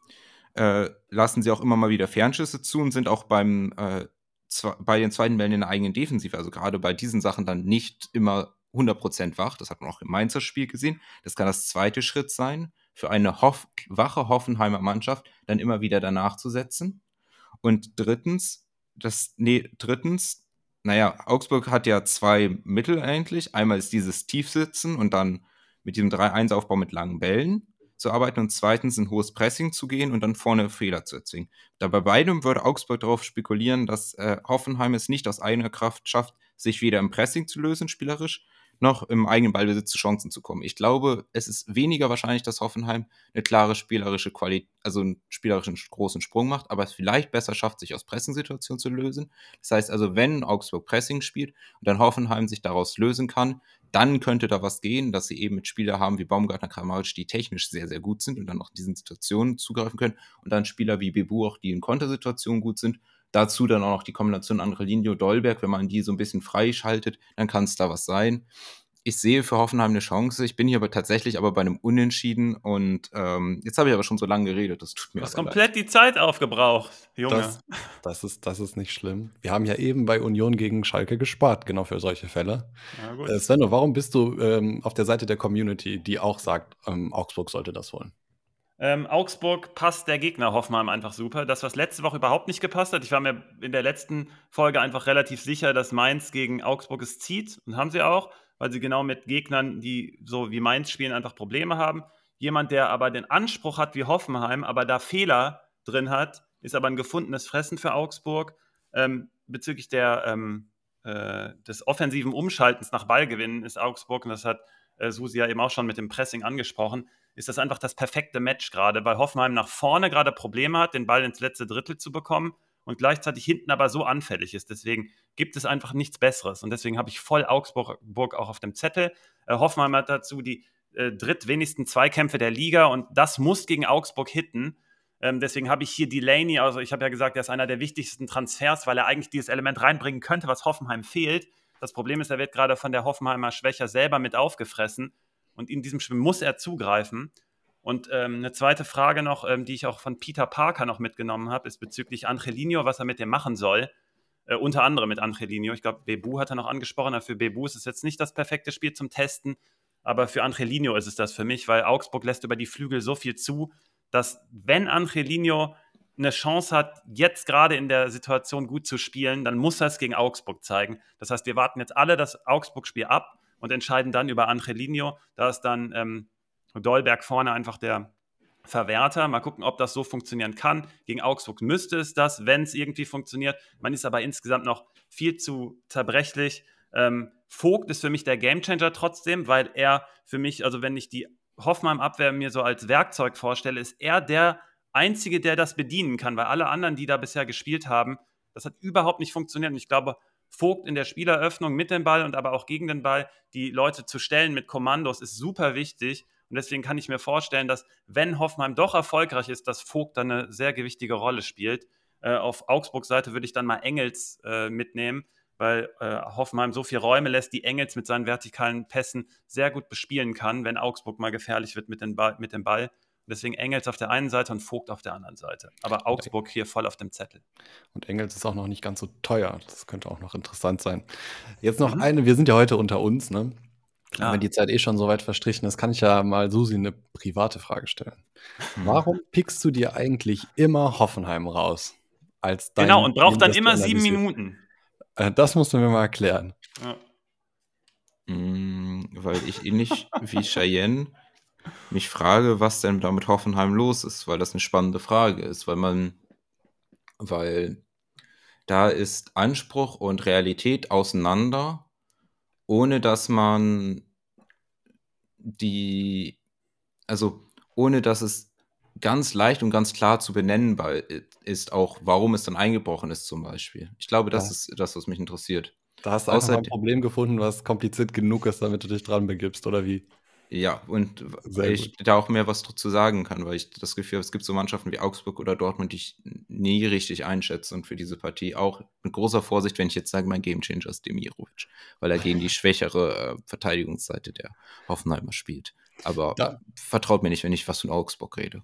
S2: äh, lassen sie auch immer mal wieder Fernschüsse zu und sind auch beim, äh, bei den zweiten Bällen in der eigenen Defensive, also gerade bei diesen Sachen dann nicht immer hundert Prozent wach. Das hat man auch im Mainzer Spiel gesehen. Das kann das zweite Schritt sein, für eine Hoff- wache Hoffenheimer Mannschaft dann immer wieder danach zu setzen. Und drittens, das, nee, drittens, naja, Augsburg hat ja zwei Mittel eigentlich. Einmal ist dieses Tiefsitzen und dann mit diesem drei eins Aufbau mit langen Bällen zu arbeiten und zweitens ein hohes Pressing zu gehen und dann vorne Fehler zu erzwingen. Da bei beidem würde Augsburg darauf spekulieren, dass äh, Hoffenheim es nicht aus eigener Kraft schafft, sich weder im Pressing zu lösen, spielerisch, noch im eigenen Ballbesitz zu Chancen zu kommen. Ich glaube, es ist weniger wahrscheinlich, dass Hoffenheim eine klare spielerische Qualität, also einen spielerischen großen Sprung macht, aber es vielleicht besser schafft, sich aus Pressing-Situationen zu lösen. Das heißt also, wenn Augsburg Pressing spielt und dann Hoffenheim sich daraus lösen kann, dann könnte da was gehen, dass sie eben mit Spieler haben wie Baumgartner, Kramaric, die technisch sehr, sehr gut sind und dann auch in diesen Situationen zugreifen können und dann Spieler wie Bebu auch, die in Kontersituationen gut sind. Dazu dann auch noch die Kombination Angelino, Dolberg, wenn man die so ein bisschen freischaltet, dann kann es da was sein. Ich sehe für Hoffenheim eine Chance. Ich bin hier aber tatsächlich aber bei einem Unentschieden und ähm, jetzt habe ich aber schon so lange geredet, das tut mir
S1: Du hast
S2: aber
S1: komplett die Zeit aufgebraucht, Junge.
S3: Das, das, ist, das ist nicht schlimm. Wir haben ja eben bei Union gegen Schalke gespart, genau für solche Fälle.
S1: Ja, gut.
S3: Äh, Svenno, warum bist du ähm, auf der Seite der Community, die auch sagt, ähm, Augsburg sollte das holen?
S1: Ähm, Augsburg passt der Gegner Hoffenheim einfach super. Das, was letzte Woche überhaupt nicht gepasst hat, ich war mir in der letzten Folge einfach relativ sicher, dass Mainz gegen Augsburg es zieht. Und haben sie auch, weil sie genau mit Gegnern, die so wie Mainz spielen, einfach Probleme haben. Jemand, der aber den Anspruch hat wie Hoffenheim, aber da Fehler drin hat, ist aber ein gefundenes Fressen für Augsburg. Ähm, bezüglich der, ähm, äh, des offensiven Umschaltens nach Ballgewinnen ist Augsburg, und das hat äh, Susi ja eben auch schon mit dem Pressing angesprochen, ist das einfach das perfekte Match gerade, weil Hoffenheim nach vorne gerade Probleme hat, den Ball ins letzte Drittel zu bekommen und gleichzeitig hinten aber so anfällig ist. Deswegen gibt es einfach nichts Besseres. Und deswegen habe ich voll Augsburg auch auf dem Zettel. Äh, Hoffenheim hat dazu die äh, drittwenigsten Zweikämpfe der Liga und das muss gegen Augsburg hitten. Ähm, deswegen habe ich hier Delaney, also ich habe ja gesagt, er ist einer der wichtigsten Transfers, weil er eigentlich dieses Element reinbringen könnte, was Hoffenheim fehlt. Das Problem ist, er wird gerade von der Hoffenheimer Schwächer selber mit aufgefressen. Und in diesem Spiel muss er zugreifen. Und ähm, eine zweite Frage noch, ähm, die ich auch von Peter Parker noch mitgenommen habe, ist bezüglich Angelino, was er mit dem machen soll. Äh, unter anderem mit Angelino. Ich glaube, Bebu hat er noch angesprochen. Aber für Bebu ist es jetzt nicht das perfekte Spiel zum Testen. Aber für Angelino ist es das für mich, weil Augsburg lässt über die Flügel so viel zu, dass wenn Angelino eine Chance hat, jetzt gerade in der Situation gut zu spielen, dann muss er es gegen Augsburg zeigen. Das heißt, wir warten jetzt alle das Augsburg-Spiel ab und entscheiden dann über Angelino. Da ist dann ähm, Dolberg vorne einfach der Verwerter. Mal gucken, ob das so funktionieren kann. Gegen Augsburg müsste es das, wenn es irgendwie funktioniert. Man ist aber insgesamt noch viel zu zerbrechlich. Ähm, Vogt ist für mich der Gamechanger trotzdem, weil er für mich, also wenn ich die Hoffenheim-Abwehr mir so als Werkzeug vorstelle, ist er der Einzige, der das bedienen kann, weil alle anderen, die da bisher gespielt haben, das hat überhaupt nicht funktioniert. Und ich glaube, Vogt in der Spieleröffnung mit dem Ball und aber auch gegen den Ball, die Leute zu stellen mit Kommandos, ist super wichtig. Und deswegen kann ich mir vorstellen, dass, wenn Hoffenheim doch erfolgreich ist, dass Vogt dann eine sehr gewichtige Rolle spielt. Äh, auf Augsburgs Seite würde ich dann mal Engels äh, mitnehmen, weil äh, Hoffenheim so viele Räume lässt, die Engels mit seinen vertikalen Pässen sehr gut bespielen kann, wenn Augsburg mal gefährlich wird mit, den Ball, mit dem Ball. Deswegen Engels auf der einen Seite und Vogt auf der anderen Seite. Aber Augsburg hier voll auf dem Zettel.
S3: Und Engels ist auch noch nicht ganz so teuer. Das könnte auch noch interessant sein. Jetzt noch mhm. eine, wir sind ja heute unter uns, ne? Klar. Wenn die Zeit eh schon so weit verstrichen ist, kann ich ja mal Susi eine private Frage stellen. Warum pickst du dir eigentlich immer Hoffenheim raus? Als dein
S1: genau, und braucht dann
S3: Team,
S1: immer sieben Minuten.
S3: Äh, das musst du mir mal erklären.
S1: Ja.
S2: Mm, weil ich ähnlich wie Cheyenne mich frage, was denn da mit Hoffenheim los ist, weil das eine spannende Frage ist, weil man, weil da ist Anspruch und Realität auseinander, ohne dass man die, also ohne dass es ganz leicht und ganz klar zu benennen ist, auch warum es dann eingebrochen ist zum Beispiel. Ich glaube, das ja. ist das, was mich interessiert.
S3: Da hast du einfach mal ein Problem gefunden, was kompliziert genug ist, damit du dich dran begibst, oder wie?
S2: Ja, und weil ich da auch mehr was dazu sagen kann, weil ich das Gefühl habe, es gibt so Mannschaften wie Augsburg oder Dortmund, die ich nie richtig einschätze und für diese Partie auch mit großer Vorsicht, wenn ich jetzt sage, mein Gamechanger ist Demirovic, weil er gegen die schwächere äh, Verteidigungsseite der Hoffenheimer spielt. Aber da vertraut mir nicht, wenn ich was von Augsburg rede.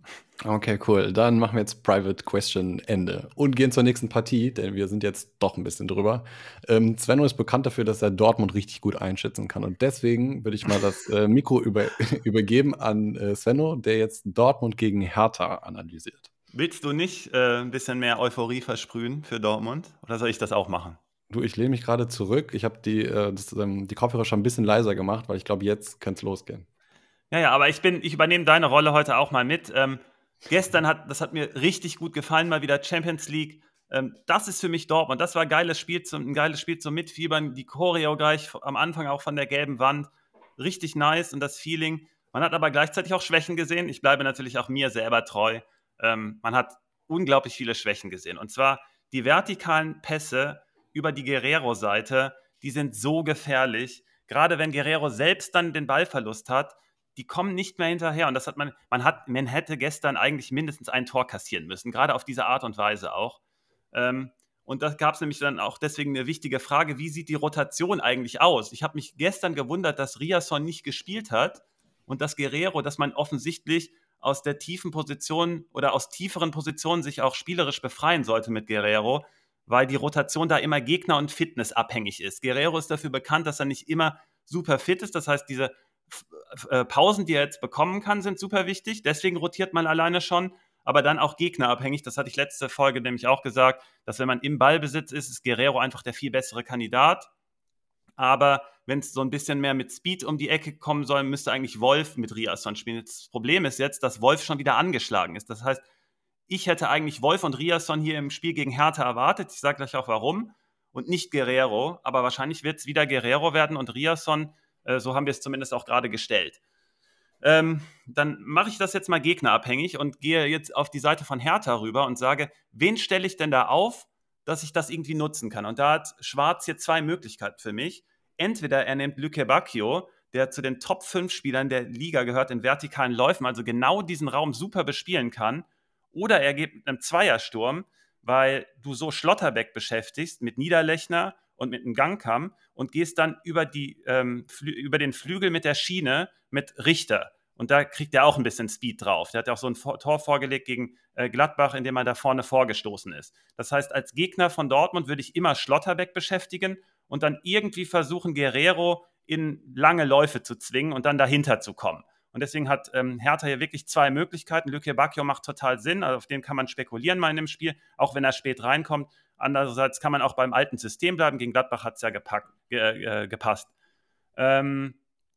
S3: Okay, cool. Dann machen wir jetzt Private Question Ende und gehen zur nächsten Partie, denn wir sind jetzt doch ein bisschen drüber. Ähm, Svenno ist bekannt dafür, dass er Dortmund richtig gut einschätzen kann. Und deswegen würde ich mal das äh, Mikro über, übergeben an äh, Svenno, der jetzt Dortmund gegen Hertha analysiert.
S1: Willst du nicht äh, ein bisschen mehr Euphorie versprühen für Dortmund? Oder soll ich das auch machen?
S3: Du, ich lehne mich gerade zurück. Ich habe die, äh, das, ähm, die Kopfhörer schon ein bisschen leiser gemacht, weil ich glaube, jetzt könnte es losgehen.
S1: Ja, ja, aber ich bin, ich übernehme deine Rolle heute auch mal mit. Ähm, Gestern hat, das hat mir richtig gut gefallen, mal wieder Champions League. Ähm, das ist für mich Dortmund. Das war ein geiles Spiel zum, ein geiles Spiel zum Mitfiebern. Die Choreo gleich am Anfang auch von der gelben Wand. Richtig nice und das Feeling. Man hat aber gleichzeitig auch Schwächen gesehen. Ich bleibe natürlich auch mir selber treu. Ähm, man hat unglaublich viele Schwächen gesehen. Und zwar die vertikalen Pässe über die Guerrero-Seite, die sind so gefährlich. Gerade wenn Guerrero selbst dann den Ballverlust hat, die kommen nicht mehr hinterher. Und das hat man, man hat, man hätte gestern eigentlich mindestens ein Tor kassieren müssen, gerade auf diese Art und Weise auch. Ähm, und da gab es nämlich dann auch deswegen eine wichtige Frage, wie sieht die Rotation eigentlich aus? Ich habe mich gestern gewundert, dass Riasson nicht gespielt hat und dass Guerrero, dass man offensichtlich aus der tiefen Position oder aus tieferen Positionen sich auch spielerisch befreien sollte mit Guerrero, weil die Rotation da immer Gegner- und Fitness abhängig ist. Guerrero ist dafür bekannt, dass er nicht immer super fit ist. Das heißt, diese Pausen, die er jetzt bekommen kann, sind super wichtig. Deswegen rotiert man alleine schon, aber dann auch gegnerabhängig. Das hatte ich letzte Folge nämlich auch gesagt, dass wenn man im Ballbesitz ist, ist Guerrero einfach der viel bessere Kandidat. Aber wenn es so ein bisschen mehr mit Speed um die Ecke kommen soll, müsste eigentlich Wolf mit Riasson spielen. Das Problem ist jetzt, dass Wolf schon wieder angeschlagen ist. Das heißt, ich hätte eigentlich Wolf und Riasson hier im Spiel gegen Hertha erwartet. Ich sage gleich auch warum. Und nicht Guerrero. Aber wahrscheinlich wird es wieder Guerrero werden und Riasson. So haben wir es zumindest auch gerade gestellt. Ähm, dann mache ich das jetzt mal gegnerabhängig und gehe jetzt auf die Seite von Hertha rüber und sage, wen stelle ich denn da auf, dass ich das irgendwie nutzen kann? Und da hat Schwarz hier zwei Möglichkeiten für mich. Entweder er nimmt Luque Bacchio, der zu den Top fünf Spielern der Liga gehört in vertikalen Läufen, also genau diesen Raum super bespielen kann, oder er geht mit einem Zweiersturm, weil du so Schlotterbeck beschäftigst mit Niederlechner und mit einem Gangkamm und gehst dann über, die, ähm, Flü- über den Flügel mit der Schiene mit Richter. Und da kriegt er auch ein bisschen Speed drauf. Der hat ja auch so ein Vor- Tor vorgelegt gegen äh, Gladbach, in dem er da vorne vorgestoßen ist. Das heißt, als Gegner von Dortmund würde ich immer Schlotterbeck beschäftigen und dann irgendwie versuchen, Guerrero in lange Läufe zu zwingen und dann dahinter zu kommen. Und deswegen hat ähm, Hertha hier wirklich zwei Möglichkeiten. Luque Bacchio macht total Sinn, also auf den kann man spekulieren mal in dem Spiel, auch wenn er spät reinkommt. Andererseits kann man auch beim alten System bleiben. Gegen Gladbach hat es ja gepackt, ge, äh, gepasst. Ähm,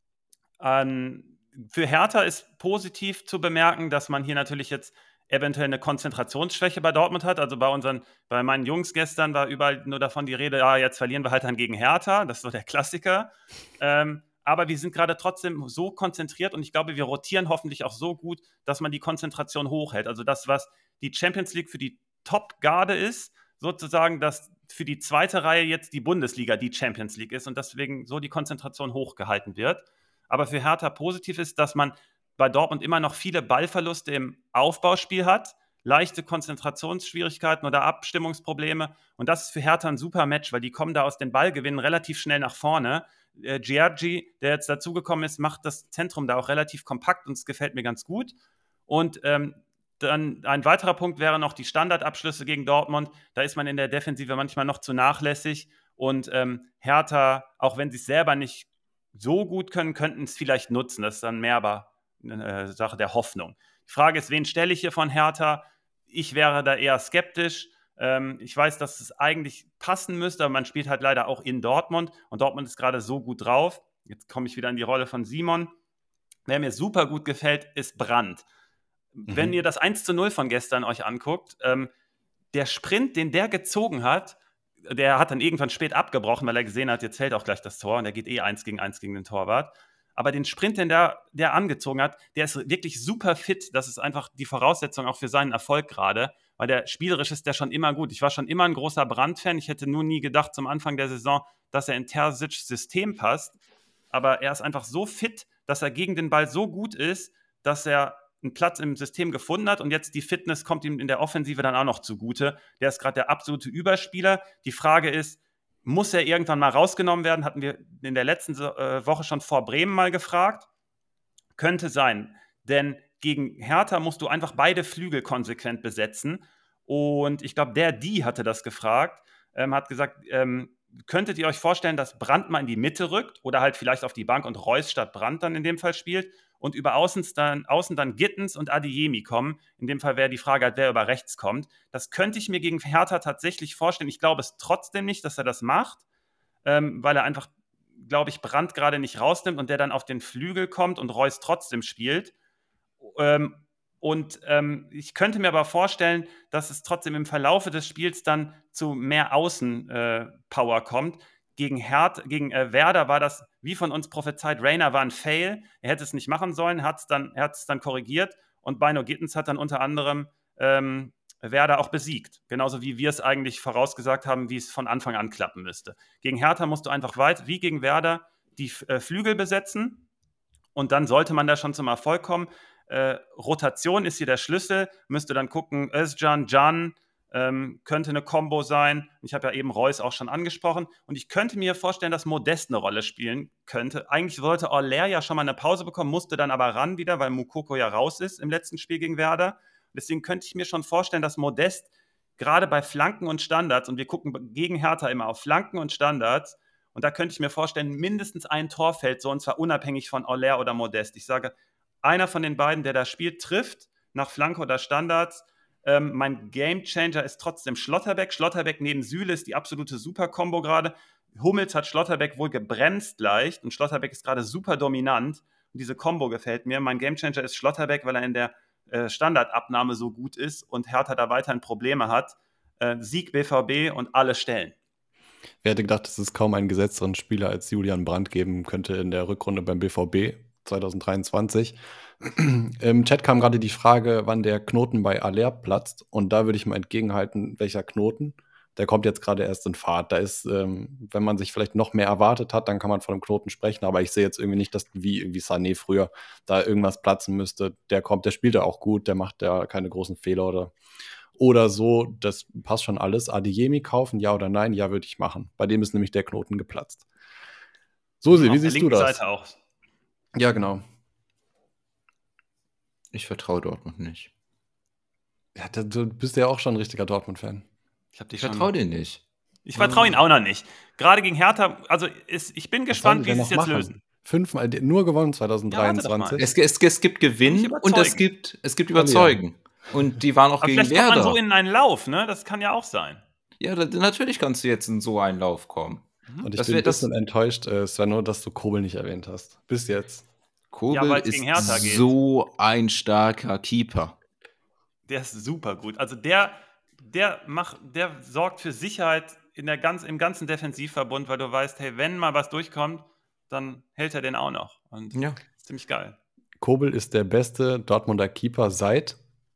S1: an, für Hertha ist positiv zu bemerken, dass man hier natürlich jetzt eventuell eine Konzentrationsschwäche bei Dortmund hat. Also bei unseren, bei meinen Jungs gestern war überall nur davon die Rede, ja, jetzt verlieren wir halt dann gegen Hertha. Das ist so der Klassiker. Ähm, aber wir sind gerade trotzdem so konzentriert und ich glaube, wir rotieren hoffentlich auch so gut, dass man die Konzentration hochhält. Also das, was die Champions League für die Top-Garde ist, sozusagen, dass für die zweite Reihe jetzt die Bundesliga die Champions League ist und deswegen so die Konzentration hochgehalten wird. Aber für Hertha positiv ist, dass man bei Dortmund immer noch viele Ballverluste im Aufbauspiel hat, leichte Konzentrationsschwierigkeiten oder Abstimmungsprobleme. Und das ist für Hertha ein super Match, weil die kommen da aus den Ballgewinnen relativ schnell nach vorne. Äh, Giorgi, der jetzt dazugekommen ist, macht das Zentrum da auch relativ kompakt und es gefällt mir ganz gut. Und ähm, dann ein weiterer Punkt wäre noch die Standardabschlüsse gegen Dortmund. Da ist man in der Defensive manchmal noch zu nachlässig. Und ähm, Hertha, auch wenn sie es selber nicht so gut können, könnten es vielleicht nutzen. Das ist dann mehr aber eine Sache der Hoffnung. Die Frage ist, wen stelle ich hier von Hertha? Ich wäre da eher skeptisch. Ähm, ich weiß, dass es eigentlich passen müsste, aber man spielt halt leider auch in Dortmund und Dortmund ist gerade so gut drauf. Jetzt komme ich wieder in die Rolle von Simon. Wer mir super gut gefällt, ist Brandt. Mhm. Wenn ihr das eins zu null von gestern euch anguckt, ähm, der Sprint, den der gezogen hat, der hat dann irgendwann spät abgebrochen, weil er gesehen hat, jetzt fällt auch gleich das Tor und der geht eh eins gegen eins gegen den Torwart. Aber den Sprint, den der, der angezogen hat, der ist wirklich super fit. Das ist einfach die Voraussetzung auch für seinen Erfolg gerade, weil der spielerisch ist der schon immer gut. Ich war schon immer ein großer Brandt-Fan. Ich hätte nur nie gedacht zum Anfang der Saison, dass er in Terzic's System passt. Aber er ist einfach so fit, dass er gegen den Ball so gut ist, dass er einen Platz im System gefunden hat und jetzt die Fitness kommt ihm in der Offensive dann auch noch zugute. Der ist gerade der absolute Überspieler. Die Frage ist, muss er irgendwann mal rausgenommen werden? Hatten wir in der letzten äh, Woche schon vor Bremen mal gefragt. Könnte sein, denn gegen Hertha musst du einfach beide Flügel konsequent besetzen und ich glaube, der, die hatte das gefragt, ähm, hat gesagt, ähm, könntet ihr euch vorstellen, dass Brandt mal in die Mitte rückt oder halt vielleicht auf die Bank und Reus statt Brandt dann in dem Fall spielt und über außen dann, außen dann Gittens und Adeyemi kommen. In dem Fall wäre die Frage halt, wer über rechts kommt. Das könnte ich mir gegen Hertha tatsächlich vorstellen. Ich glaube es trotzdem nicht, dass er das macht, ähm, weil er einfach, glaube ich, Brandt gerade nicht rausnimmt und der dann auf den Flügel kommt und Reus trotzdem spielt. Ähm, und ähm, ich könnte mir aber vorstellen, dass es trotzdem im Verlaufe des Spiels dann zu mehr Außenpower äh, kommt. Gegen, Herd, gegen äh, Werder war das, wie von uns prophezeit, Reina war ein Fail. Er hätte es nicht machen sollen, hat's dann, er hat es dann korrigiert und Bino Gittens hat dann unter anderem ähm, Werder auch besiegt. Genauso wie wir es eigentlich vorausgesagt haben, wie es von Anfang an klappen müsste. Gegen Hertha musst du einfach weit, wie gegen Werder, die äh, Flügel besetzen und dann sollte man da schon zum Erfolg kommen. Äh, Rotation ist hier der Schlüssel. Müsste dann gucken, Özcan, Can, ähm, könnte eine Kombo sein. Ich habe ja eben Reus auch schon angesprochen. Und ich könnte mir vorstellen, dass Modest eine Rolle spielen könnte. Eigentlich wollte Aller ja schon mal eine Pause bekommen, musste dann aber ran wieder, weil Moukoko ja raus ist im letzten Spiel gegen Werder. Deswegen könnte ich mir schon vorstellen, dass Modest gerade bei Flanken und Standards, und wir gucken gegen Hertha immer auf Flanken und Standards, und da könnte ich mir vorstellen, mindestens ein Tor fällt so, und zwar unabhängig von Aller oder Modest. Ich sage, einer von den beiden, der da spielt, trifft nach Flanke oder Standards. Ähm, mein Gamechanger ist trotzdem Schlotterbeck. Schlotterbeck neben Süle ist die absolute Super-Kombo gerade. Hummels hat Schlotterbeck wohl gebremst leicht und Schlotterbeck ist gerade super dominant. Und diese Kombo gefällt mir. Mein Gamechanger ist Schlotterbeck, weil er in der äh, Standardabnahme so gut ist und Hertha da weiterhin Probleme hat. Äh, Sieg B V B und alle Stellen.
S3: Wer hätte gedacht, dass es kaum einen gesetzteren Spieler als Julian Brandt geben könnte in der Rückrunde beim B V B zwanzig dreiundzwanzig. Im Chat kam gerade die Frage, wann der Knoten bei Aller platzt. Und da würde ich mal entgegenhalten, welcher Knoten. Der kommt jetzt gerade erst in Fahrt. Da ist, ähm, wenn man sich vielleicht noch mehr erwartet hat, dann kann man von einem Knoten sprechen. Aber ich sehe jetzt irgendwie nicht, dass wie irgendwie Sané früher da irgendwas platzen müsste. Der kommt, der spielt ja auch gut, der macht ja keine großen Fehler oder, oder so. Das passt schon alles. Adeyemi kaufen, ja oder nein? Ja, würde ich machen. Bei dem ist nämlich der Knoten geplatzt. Susi, wie siehst du das?
S1: Seite auch.
S3: Ja, genau.
S2: Ich vertraue Dortmund nicht.
S3: Ja, du bist ja auch schon ein richtiger Dortmund-Fan.
S2: Ich, ich vertraue dir nicht.
S1: Ich vertraue ihn auch noch nicht. Gerade gegen Hertha, also ist, ich bin Was gespannt, wie sie es jetzt machen? lösen.
S3: Fünfmal nur gewonnen zwanzig dreiundzwanzig.
S2: Ja, es, es, es gibt Gewinn und es gibt, es gibt Überzeugen. Und die waren auch
S1: Aber
S2: gegen
S1: vielleicht
S2: Werder.
S1: Kommt man so in einen Lauf, ne? Das kann ja auch sein.
S2: Ja, da, natürlich kannst du jetzt in so einen Lauf kommen.
S3: Und ich
S2: Das
S3: bin
S2: wär
S3: ein
S2: das
S3: bisschen enttäuscht, äh, Sven, dass du Kobel nicht erwähnt hast. Bis jetzt.
S2: Kobel
S1: weil's
S2: ist
S1: gegen Hertha geht.
S2: so ein starker Keeper.
S1: Der ist super gut. Also der, der macht, der sorgt für Sicherheit in der ganz, im ganzen Defensivverbund, weil du weißt, hey, wenn mal was durchkommt, dann hält er den auch noch. Und
S2: Ja.
S1: ist ziemlich geil.
S3: Kobel ist der beste Dortmunder Keeper seit.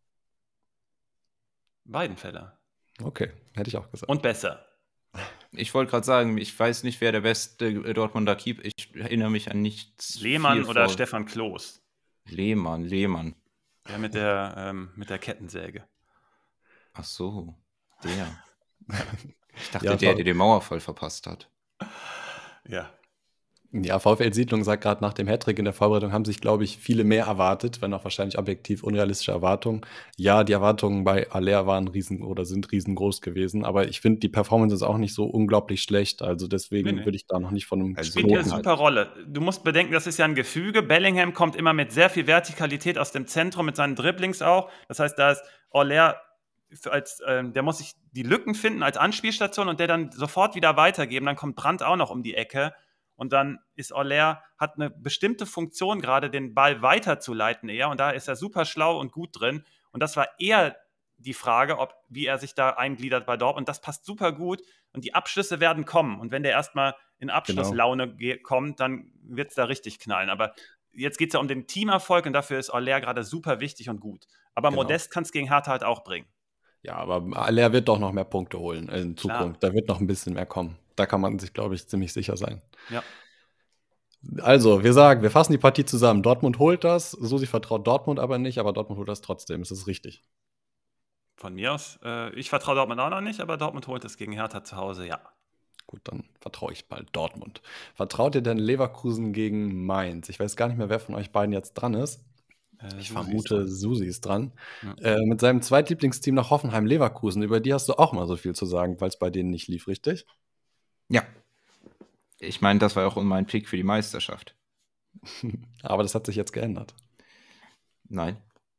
S1: Weidenfeller.
S3: Okay, hätte ich auch gesagt.
S1: Und besser.
S2: Ich wollte gerade sagen, ich weiß nicht, wer der beste Dortmunder Keeper ist. Ich erinnere mich an nichts.
S1: Lehmann
S2: viel
S1: oder
S2: vor-
S1: Stefan Kloß.
S2: Lehmann, Lehmann.
S1: Der mit der, ähm, mit der Kettensäge.
S2: Ach so, der. Ich dachte,
S3: Ja,
S2: der,
S3: V-
S2: der den Mauerfall verpasst hat.
S1: Ja.
S3: Ja, VfL Siedlung sagt gerade nach dem Hattrick in der Vorbereitung haben sich, glaube ich, viele mehr erwartet, wenn auch wahrscheinlich objektiv unrealistische Erwartungen. Ja, die Erwartungen bei Aller waren riesen oder sind riesengroß gewesen, aber ich finde, die Performance ist auch nicht so unglaublich schlecht. Also deswegen
S1: Nee, nee.
S3: würde ich da noch nicht von einem
S2: Also
S1: Spielt hier eine
S2: Noten
S1: super Rolle. Du musst bedenken, das ist ja ein Gefüge. Bellingham kommt immer mit sehr viel Vertikalität aus dem Zentrum, mit seinen Dribblings auch. Das heißt, da ist Aller als, ähm, der muss sich die Lücken finden als Anspielstation und der dann sofort wieder weitergeben. Dann kommt Brandt auch noch um die Ecke. Und dann ist Aller, hat eine bestimmte Funktion gerade, den Ball weiterzuleiten eher. Und da ist er super schlau und gut drin. Und das war eher die Frage, ob, wie er sich da eingliedert bei Dortmund. Und das passt super gut. Und die Abschlüsse werden kommen. Und wenn der erstmal in Abschlusslaune ge- kommt, dann wird es da richtig knallen. Aber jetzt geht es ja um den Teamerfolg und dafür ist Aller gerade super wichtig und gut. Aber
S3: Genau.
S1: Modest kann es gegen Hertha halt auch bringen.
S3: Ja, aber Aller wird doch noch mehr Punkte holen in
S1: Klar.
S3: Zukunft. Da wird noch ein bisschen mehr kommen. Da kann man sich, glaube ich, ziemlich sicher sein.
S1: Ja.
S3: Also, wir sagen, wir fassen die Partie zusammen. Dortmund holt das. Susi vertraut Dortmund aber nicht, aber Dortmund holt das trotzdem. Ist das richtig?
S1: Von mir aus, äh, ich vertraue Dortmund auch noch nicht, aber Dortmund holt es gegen Hertha zu Hause, ja.
S3: Gut, dann vertraue ich mal Dortmund. Vertraut ihr denn Leverkusen gegen Mainz? Ich weiß gar nicht mehr, wer von euch beiden jetzt dran ist.
S1: Äh,
S3: Ich
S1: Susi
S3: vermute,
S1: ist
S3: Susi ist dran.
S1: Ja.
S3: Äh, mit seinem Zweitlieblingsteam nach Hoffenheim Leverkusen. Über die hast du auch mal so viel zu sagen, weil es bei denen nicht lief, richtig?
S2: Ja. Ich meine, das war auch mein Pick für die Meisterschaft.
S3: Aber das hat sich jetzt geändert.
S2: Nein.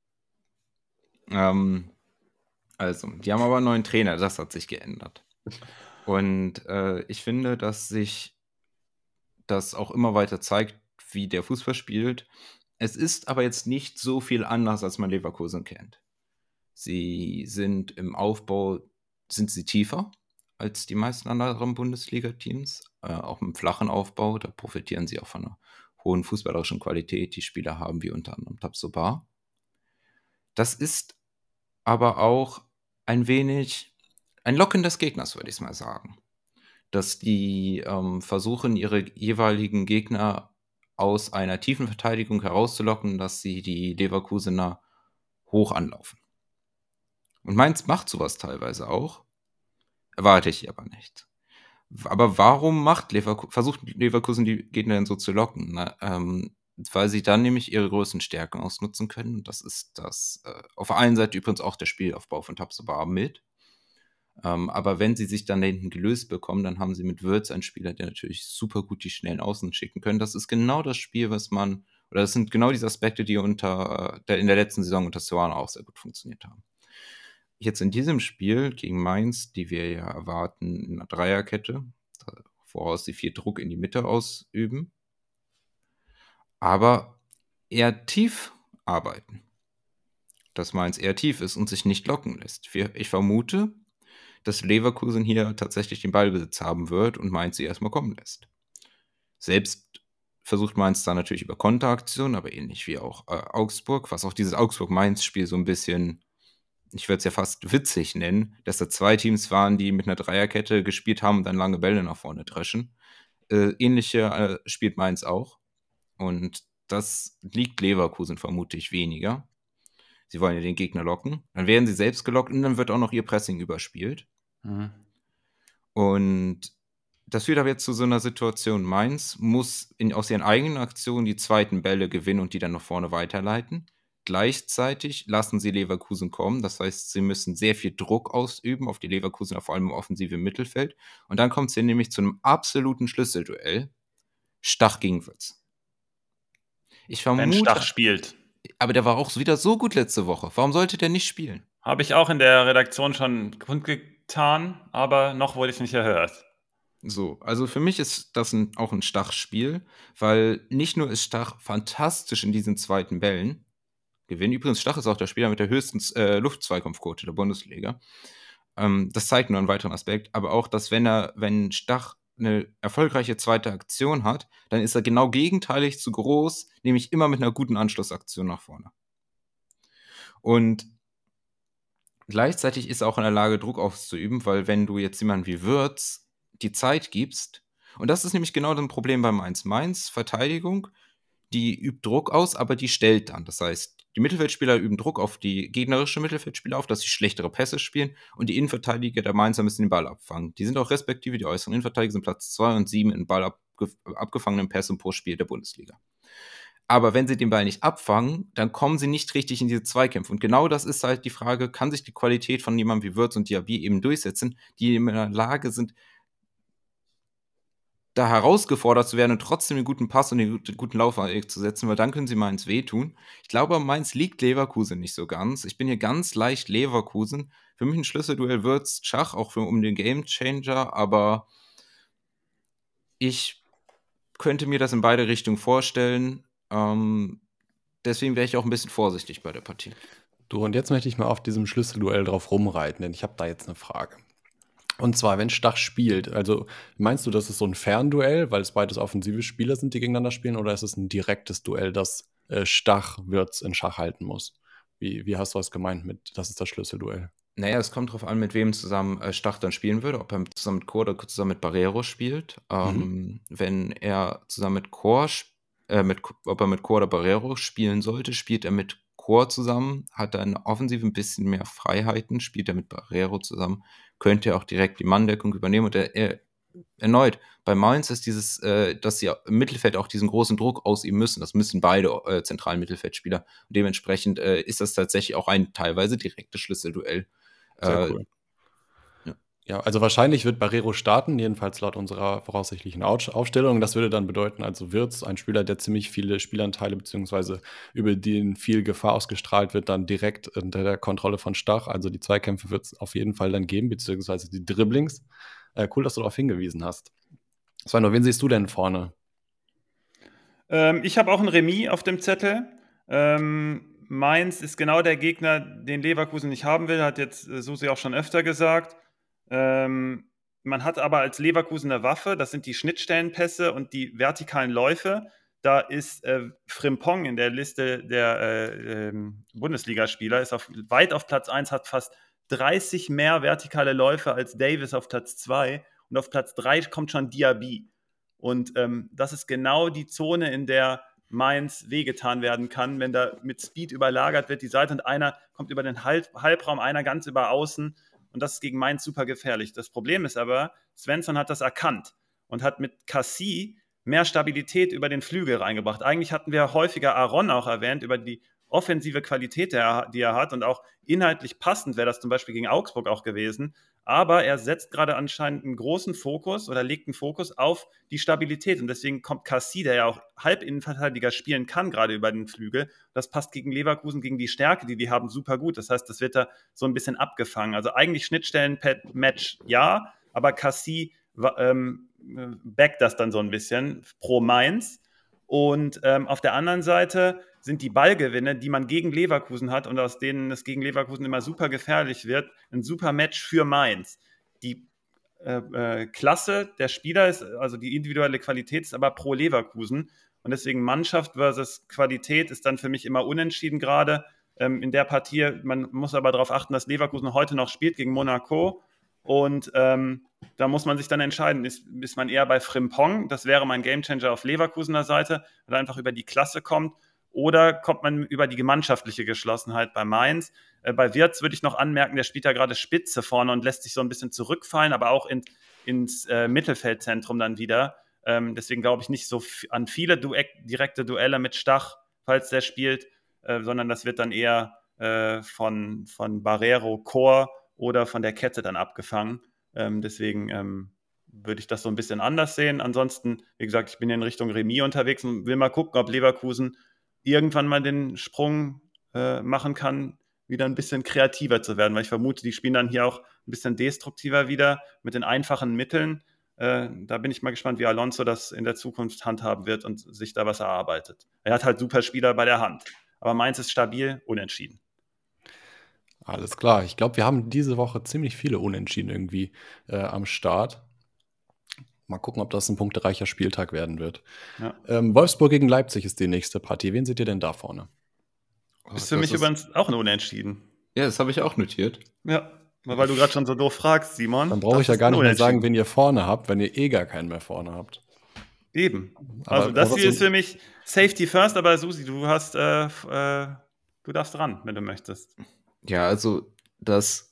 S2: Ähm, also, die haben aber einen neuen Trainer, das hat sich geändert. Und äh, ich finde, dass sich das auch immer weiter zeigt, wie der Fußball spielt. Es ist aber jetzt nicht so viel anders, als man Leverkusen kennt. Sie sind im Aufbau, sind sie tiefer als die meisten anderen Bundesliga-Teams, äh, auch im flachen Aufbau, da profitieren sie auch von einer hohen fußballerischen Qualität, die Spieler haben, wie unter anderem Tabsoba. Das ist aber auch ein wenig ein Locken des Gegners, würde ich mal sagen. Dass die ähm, versuchen, ihre jeweiligen Gegner aus einer tiefen Verteidigung herauszulocken, dass sie die Leverkusener hoch anlaufen. Und Mainz macht sowas teilweise auch. Erwarte ich aber nicht. Aber warum macht Leverkusen, versucht Leverkusen die Gegner denn so zu locken? Na, ähm, weil sie dann nämlich ihre größten Stärken ausnutzen können. Das ist das äh, auf der einen Seite übrigens auch der Spielaufbau von Tabsoba mit. Ähm, aber wenn sie sich dann da hinten gelöst bekommen, dann haben sie mit Wirtz einen Spieler, der natürlich super gut die schnellen Außen schicken können. Das ist genau das Spiel, was man, oder das sind genau diese Aspekte, die unter der, in der letzten Saison unter Soane auch sehr gut funktioniert haben. Jetzt in diesem Spiel gegen Mainz, die wir ja erwarten in einer Dreierkette, voraus sie viel Druck in die Mitte ausüben, aber eher tief arbeiten. Dass Mainz eher tief ist und sich nicht locken lässt. Ich vermute, dass Leverkusen hier tatsächlich den Ballbesitz haben wird und Mainz sie erstmal kommen lässt. Selbst versucht Mainz da natürlich über Konteraktionen, aber ähnlich wie auch äh, Augsburg, was auch dieses Augsburg-Mainz-Spiel so ein bisschen, ich würde es ja fast witzig nennen, dass da zwei Teams waren, die mit einer Dreierkette gespielt haben und dann lange Bälle nach vorne dreschen. Äh, ähnliche äh, spielt Mainz auch. Und das liegt Leverkusen vermutlich weniger. Sie wollen ja den Gegner locken. Dann werden sie selbst gelockt und dann wird auch noch ihr Pressing überspielt.
S1: Mhm.
S2: Und das führt aber jetzt zu so einer Situation. Mainz muss in, aus ihren eigenen Aktionen die zweiten Bälle gewinnen und die dann nach vorne weiterleiten. Gleichzeitig lassen sie Leverkusen kommen. Das heißt, sie müssen sehr viel Druck ausüben auf die Leverkusener, vor allem im offensiven Mittelfeld. Und dann kommt es hier nämlich zu einem absoluten Schlüsselduell. Stach gegen Wirtz. Ich vermute,
S1: Wenn Stach spielt.
S2: aber der war auch wieder so gut letzte Woche. Warum sollte der nicht spielen?
S1: Habe ich auch in der Redaktion schon kundgetan, aber noch wurde ich nicht erhört.
S2: So, also für mich ist das ein, auch ein Stach-Spiel, weil nicht nur ist Stach fantastisch in diesen zweiten Bällen, Gewinn. Übrigens, Stach ist auch der Spieler mit der höchsten äh, Luftzweikampfquote der Bundesliga. Ähm, das zeigt nur einen weiteren Aspekt, aber auch, dass wenn er, wenn Stach eine erfolgreiche zweite Aktion hat, dann ist er genau gegenteilig zu groß, nämlich immer mit einer guten Anschlussaktion nach vorne. Und gleichzeitig ist er auch in der Lage, Druck auszuüben, weil wenn du jetzt jemanden wie Würz die Zeit gibst, und das ist nämlich genau das Problem bei Mainz. Mainz Verteidigung, die übt Druck aus, aber die stellt dann. Das heißt, die Mittelfeldspieler üben Druck auf die gegnerische Mittelfeldspieler auf, dass sie schlechtere Pässe spielen und die Innenverteidiger der Mainzer müssen den Ball abfangen. Die sind auch respektive, die äußeren Innenverteidiger sind Platz zwei und sieben in Ball abgef abgefangenen Pässen pro Spiel der Bundesliga. Aber wenn sie den Ball nicht abfangen, dann kommen sie nicht richtig in diese Zweikämpfe. Und genau das ist halt die Frage, kann sich die Qualität von jemandem wie Würz und Diaby eben durchsetzen, die in der Lage sind, da herausgefordert zu werden und trotzdem den guten Pass und den guten Lauf zu setzen, weil dann können sie Mainz wehtun. Ich glaube, Mainz liegt Leverkusen nicht so ganz. Ich bin hier ganz leicht Leverkusen. Für mich ein Schlüsselduell Würz Schach, auch für, um den Gamechanger, aber ich könnte mir das in beide Richtungen vorstellen. Ähm, deswegen wäre ich auch ein bisschen vorsichtig bei der Partie.
S3: Du, und jetzt möchte ich mal auf diesem Schlüsselduell drauf rumreiten, denn ich habe da jetzt eine Frage. Und zwar, wenn Stach spielt, also meinst du, das ist so ein Fernduell, weil es beides offensive Spieler sind, die gegeneinander spielen, oder ist es ein direktes Duell, das äh, Stach Würz in Schach halten muss? Wie, wie hast du das gemeint mit, das ist das Schlüsselduell?
S2: Naja, es kommt drauf an, mit wem zusammen äh, Stach dann spielen würde, ob er zusammen mit Chor oder zusammen mit Barrero spielt. Ähm,
S3: Mhm.
S2: Wenn er zusammen mit Chor, äh, mit, ob er mit Chor oder Barrero spielen sollte, spielt er mit Chor zusammen, hat er in der Offensive ein bisschen mehr Freiheiten, spielt er mit Barrero zusammen, könnte er auch direkt die Manndeckung übernehmen. Und er, er erneut, bei Mainz ist dieses, äh, dass sie im Mittelfeld auch diesen großen Druck ausüben müssen. Das müssen beide äh, zentralen Mittelfeldspieler. Und dementsprechend äh, ist das tatsächlich auch ein teilweise direktes Schlüsselduell.
S3: Sehr
S2: Äh,
S3: cool.
S2: ja.
S3: Ja, also wahrscheinlich wird Barrero starten, jedenfalls laut unserer voraussichtlichen Auf- Aufstellung. Das würde dann bedeuten, also Wirtz, ein Spieler, der ziemlich viele Spielanteile beziehungsweise über den viel Gefahr ausgestrahlt wird, dann direkt unter der Kontrolle von Stach. Also die Zweikämpfe wird es auf jeden Fall dann geben, beziehungsweise die Dribblings. Äh, cool, dass du darauf hingewiesen hast. Sveno, wen siehst du denn vorne?
S1: Ähm, ich habe auch ein Remis auf dem Zettel. Ähm, Mainz ist genau der Gegner, den Leverkusen nicht haben will, hat jetzt äh, Susi auch schon öfter gesagt. Ähm, man hat aber als Leverkusen eine Waffe, das sind die Schnittstellenpässe und die vertikalen Läufe. Da ist äh, Frimpong in der Liste der äh, ähm, Bundesligaspieler, ist auf, weit auf Platz eins, hat fast dreißig mehr vertikale Läufe als Davis auf Platz zwei und auf Platz drei kommt schon Diaby. Und ähm, das ist genau die Zone, in der Mainz wehgetan werden kann, wenn da mit Speed überlagert wird die Seite und einer kommt über den Halb Halbraum, einer ganz über außen. Und das ist gegen Mainz super gefährlich. Das Problem ist aber, Svensson hat das erkannt und hat mit Cassie mehr Stabilität über den Flügel reingebracht. Eigentlich hatten wir häufiger Aaron auch erwähnt, über die offensive Qualität, die er hat und auch inhaltlich passend wäre das zum Beispiel gegen Augsburg auch gewesen. Aber er setzt gerade anscheinend einen großen Fokus oder legt einen Fokus auf die Stabilität. Und deswegen kommt Cassie, der ja auch Halbinnenverteidiger spielen kann, gerade über den Flügel. Das passt gegen Leverkusen, gegen die Stärke, die die haben, super gut. Das heißt, das wird da so ein bisschen abgefangen. Also eigentlich Schnittstellen-Match ja, aber Cassie ähm, backt das dann so ein bisschen pro Mainz. Und ähm, auf der anderen Seite sind die Ballgewinne, die man gegen Leverkusen hat und aus denen es gegen Leverkusen immer super gefährlich wird, ein super Match für Mainz. Die äh, äh, Klasse der Spieler ist, also die individuelle Qualität ist aber pro Leverkusen und deswegen Mannschaft versus Qualität ist dann für mich immer unentschieden gerade ähm, in der Partie. Man muss aber darauf achten, dass Leverkusen heute noch spielt gegen Monaco und ähm, da muss man sich dann entscheiden, ist, ist man eher bei Frimpong, das wäre mein Gamechanger auf Leverkusener Seite, weil er einfach über die Klasse kommt, oder kommt man über die gemeinschaftliche Geschlossenheit bei Mainz? Äh, bei Wirtz würde ich noch anmerken, der spielt ja gerade Spitze vorne und lässt sich so ein bisschen zurückfallen, aber auch in, ins äh, Mittelfeldzentrum dann wieder. Ähm, deswegen glaube ich nicht so f- an viele du direkte Duelle mit Stach, falls der spielt, äh, sondern das wird dann eher äh, von, von Barrero, Chor oder von der Kette dann abgefangen. Ähm, deswegen ähm, würde ich das so ein bisschen anders sehen. Ansonsten, wie gesagt, ich bin in Richtung Remis unterwegs und will mal gucken, ob Leverkusen irgendwann mal den Sprung äh, machen kann, wieder ein bisschen kreativer zu werden, weil ich vermute, die spielen dann hier auch ein bisschen destruktiver wieder mit den einfachen Mitteln. Äh, da bin ich mal gespannt, wie Alonso das in der Zukunft handhaben wird und sich da was erarbeitet. Er hat halt super Spieler bei der Hand. Aber Mainz ist stabil, unentschieden.
S3: Alles klar. Ich glaube, wir haben diese Woche ziemlich viele Unentschieden irgendwie äh, am Start. Mal gucken, ob das ein punktereicher Spieltag werden wird.
S1: Ja.
S3: Ähm, Wolfsburg gegen Leipzig ist die nächste Partie. Wen seht ihr denn da vorne?
S1: Oh, ist für mich ist, übrigens auch ein Unentschieden.
S2: Ja, das habe ich auch notiert.
S1: Ja, weil du gerade schon so doof fragst, Simon.
S3: Dann brauche ich ja gar nicht mehr sagen, wen ihr vorne habt, wenn ihr eh gar keinen mehr vorne habt.
S1: Eben. Also aber, das hier ist für mich Safety First, aber Susi, du hast, äh, äh, du darfst ran, wenn du möchtest.
S2: Ja, also das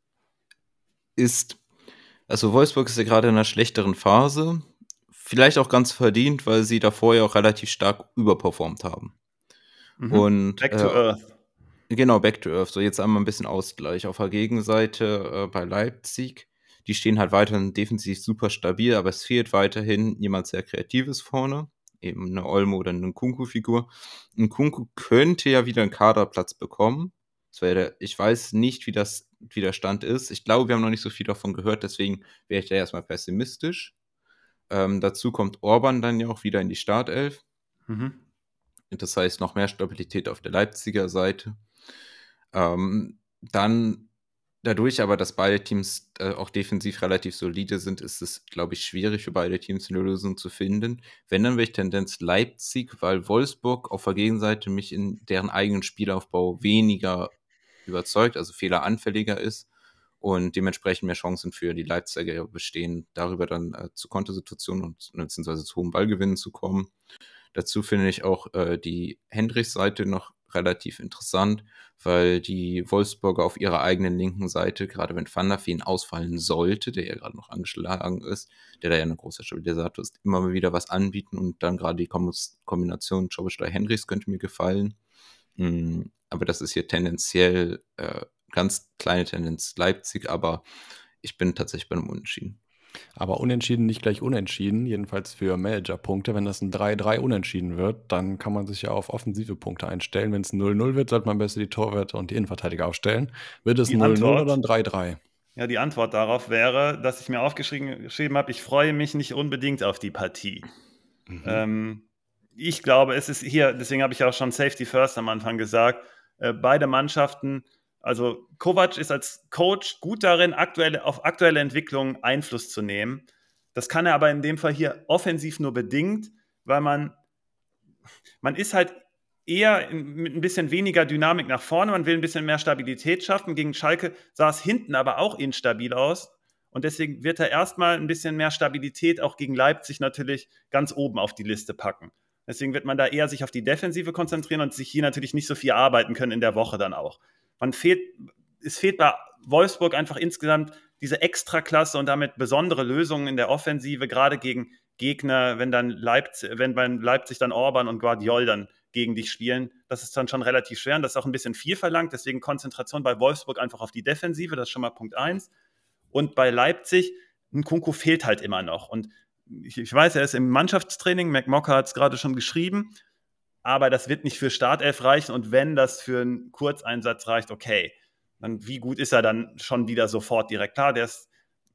S2: ist, also Wolfsburg ist ja gerade in einer schlechteren Phase. Vielleicht auch ganz verdient, weil sie davor ja auch relativ stark überperformt haben. Mhm. Und,
S1: back to
S2: äh,
S1: Earth.
S2: Genau, back to Earth. So, jetzt einmal ein bisschen Ausgleich. Auf der Gegenseite äh, bei Leipzig, die stehen halt weiterhin defensiv super stabil, aber es fehlt weiterhin jemand sehr Kreatives vorne. Eben eine Olmo oder eine Nkunku-Figur. Nkunku könnte ja wieder einen Kaderplatz bekommen. Das wäre, ich weiß nicht, wie, das, wie der Stand ist. Ich glaube, wir haben noch nicht so viel davon gehört, deswegen wäre ich da erstmal pessimistisch. Ähm, dazu kommt Orban dann ja auch wieder in die Startelf.
S1: Mhm.
S2: Das heißt, noch mehr Stabilität auf der Leipziger Seite. Ähm, dann dadurch aber, dass beide Teams äh, auch defensiv relativ solide sind, ist es, glaube ich, schwierig für beide Teams eine Lösung zu finden. Wenn, dann wäre ich Tendenz Leipzig, weil Wolfsburg auf der Gegenseite mich in deren eigenen Spielaufbau weniger überzeugt, also fehleranfälliger ist und dementsprechend mehr Chancen für die Leipziger bestehen, darüber dann äh, zu Kontersituationen und beziehungsweise zu hohen Ballgewinnen zu kommen. Dazu finde ich auch äh, die Hendrichs-Seite noch relativ interessant, weil die Wolfsburger auf ihrer eigenen linken Seite, gerade wenn Van der Feen ausfallen sollte, der ja gerade noch angeschlagen ist, der da ja ein großer Stabilisator ist, immer mal wieder was anbieten und dann gerade die Kombination Szoboszlai-Hendrichs könnte mir gefallen. Mhm, aber das ist hier tendenziell äh, ganz kleine Tendenz Leipzig, aber ich bin tatsächlich bei einem Unentschieden.
S3: Aber Unentschieden nicht gleich Unentschieden, jedenfalls für Managerpunkte. Wenn das ein drei drei Unentschieden wird, dann kann man sich ja auf offensive Punkte einstellen. Wenn es ein null null wird, sollte man besser die Torwärter und die Innenverteidiger aufstellen. Wird es ein null null oder ein drei drei?
S1: Ja, die Antwort darauf wäre, dass ich mir aufgeschrieben geschrieben habe, ich freue mich nicht unbedingt auf die Partie. Mhm. Ähm, ich glaube, es ist hier, deswegen habe ich auch schon Safety First am Anfang gesagt, äh, beide Mannschaften, also Kovac ist als Coach gut darin, aktuelle, auf aktuelle Entwicklungen Einfluss zu nehmen. Das kann er aber in dem Fall hier offensiv nur bedingt, weil man, man ist halt eher in, mit ein bisschen weniger Dynamik nach vorne, man will ein bisschen mehr Stabilität schaffen. Gegen Schalke sah es hinten aber auch instabil aus. Und deswegen wird er erstmal ein bisschen mehr Stabilität auch gegen Leipzig natürlich ganz oben auf die Liste packen. Deswegen wird man da eher sich auf die Defensive konzentrieren und sich hier natürlich nicht so viel arbeiten können in der Woche dann auch. Man fehlt, es fehlt bei Wolfsburg einfach insgesamt diese Extraklasse und damit besondere Lösungen in der Offensive, gerade gegen Gegner, wenn dann Leipzig, wenn bei Leipzig dann Orban und Guardiol dann gegen dich spielen, das ist dann schon relativ schwer und das ist auch ein bisschen viel verlangt, deswegen Konzentration bei Wolfsburg einfach auf die Defensive, das ist schon mal Punkt eins. Und bei Leipzig, Nkunku fehlt halt immer noch und ich, ich weiß, er ist im Mannschaftstraining, McMocker hat es gerade schon geschrieben, aber das wird nicht für Startelf reichen und wenn das für einen Kurzeinsatz reicht, okay, dann wie gut ist er dann schon wieder sofort direkt? Klar, der ist,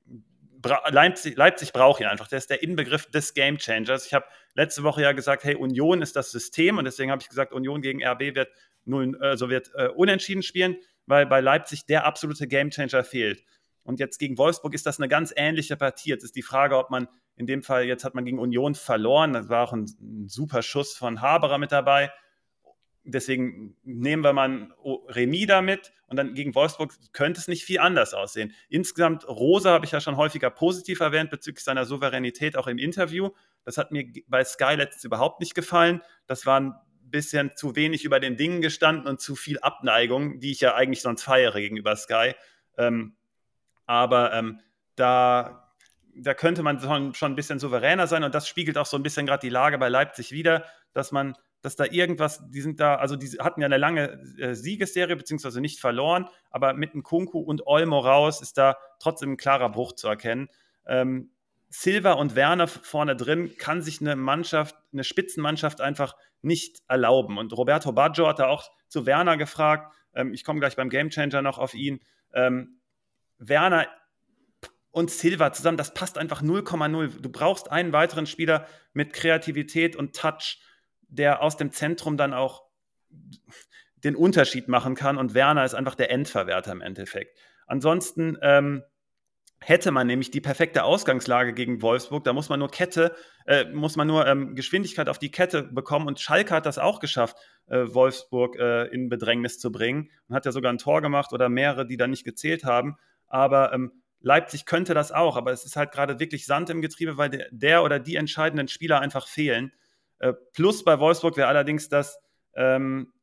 S1: Leipzig, Leipzig braucht ihn einfach, der ist der Inbegriff des Gamechangers. Ich habe letzte Woche ja gesagt, hey, Union ist das System und deswegen habe ich gesagt, Union gegen R B wird, null, also wird äh, unentschieden spielen, weil bei Leipzig der absolute Gamechanger fehlt. Und jetzt gegen Wolfsburg ist das eine ganz ähnliche Partie. Jetzt ist die Frage, ob man in dem Fall, jetzt hat man gegen Union verloren, das war auch ein, ein super Schuss von Haberer mit dabei. Deswegen nehmen wir mal ein Remis damit und dann gegen Wolfsburg könnte es nicht viel anders aussehen. Insgesamt, Rose habe ich ja schon häufiger positiv erwähnt bezüglich seiner Souveränität auch im Interview. Das hat mir bei Sky letztens überhaupt nicht gefallen. Das war ein bisschen zu wenig über den Dingen gestanden und zu viel Abneigung, die ich ja eigentlich sonst feiere gegenüber Sky. Ähm, aber ähm, da, da könnte man schon, schon ein bisschen souveräner sein und das spiegelt auch so ein bisschen gerade die Lage bei Leipzig wider, dass man dass da irgendwas, die sind da, also die hatten ja eine lange äh, Siegesserie, beziehungsweise nicht verloren, aber mit Nkunku und Olmo raus ist da trotzdem ein klarer Bruch zu erkennen. Ähm, Silva und Werner vorne drin kann sich eine Mannschaft, eine Spitzenmannschaft einfach nicht erlauben. Und Roberto Baggio hat da auch zu Werner gefragt, ähm, ich komme gleich beim Gamechanger noch auf ihn, ähm, Werner und Silva zusammen, das passt einfach null Komma null. Du brauchst einen weiteren Spieler mit Kreativität und Touch, der aus dem Zentrum dann auch den Unterschied machen kann, und Werner ist einfach der Endverwerter im Endeffekt. Ansonsten ähm, hätte man nämlich die perfekte Ausgangslage gegen Wolfsburg, da muss man nur Kette, äh, muss man nur ähm, Geschwindigkeit auf die Kette bekommen, und Schalke hat das auch geschafft, äh, Wolfsburg äh, in Bedrängnis zu bringen, und hat ja sogar ein Tor gemacht oder mehrere, die da nicht gezählt haben, aber ähm, Leipzig könnte das auch, aber es ist halt gerade wirklich Sand im Getriebe, weil der, der oder die entscheidenden Spieler einfach fehlen. Äh, plus bei Wolfsburg wäre allerdings das, ähm,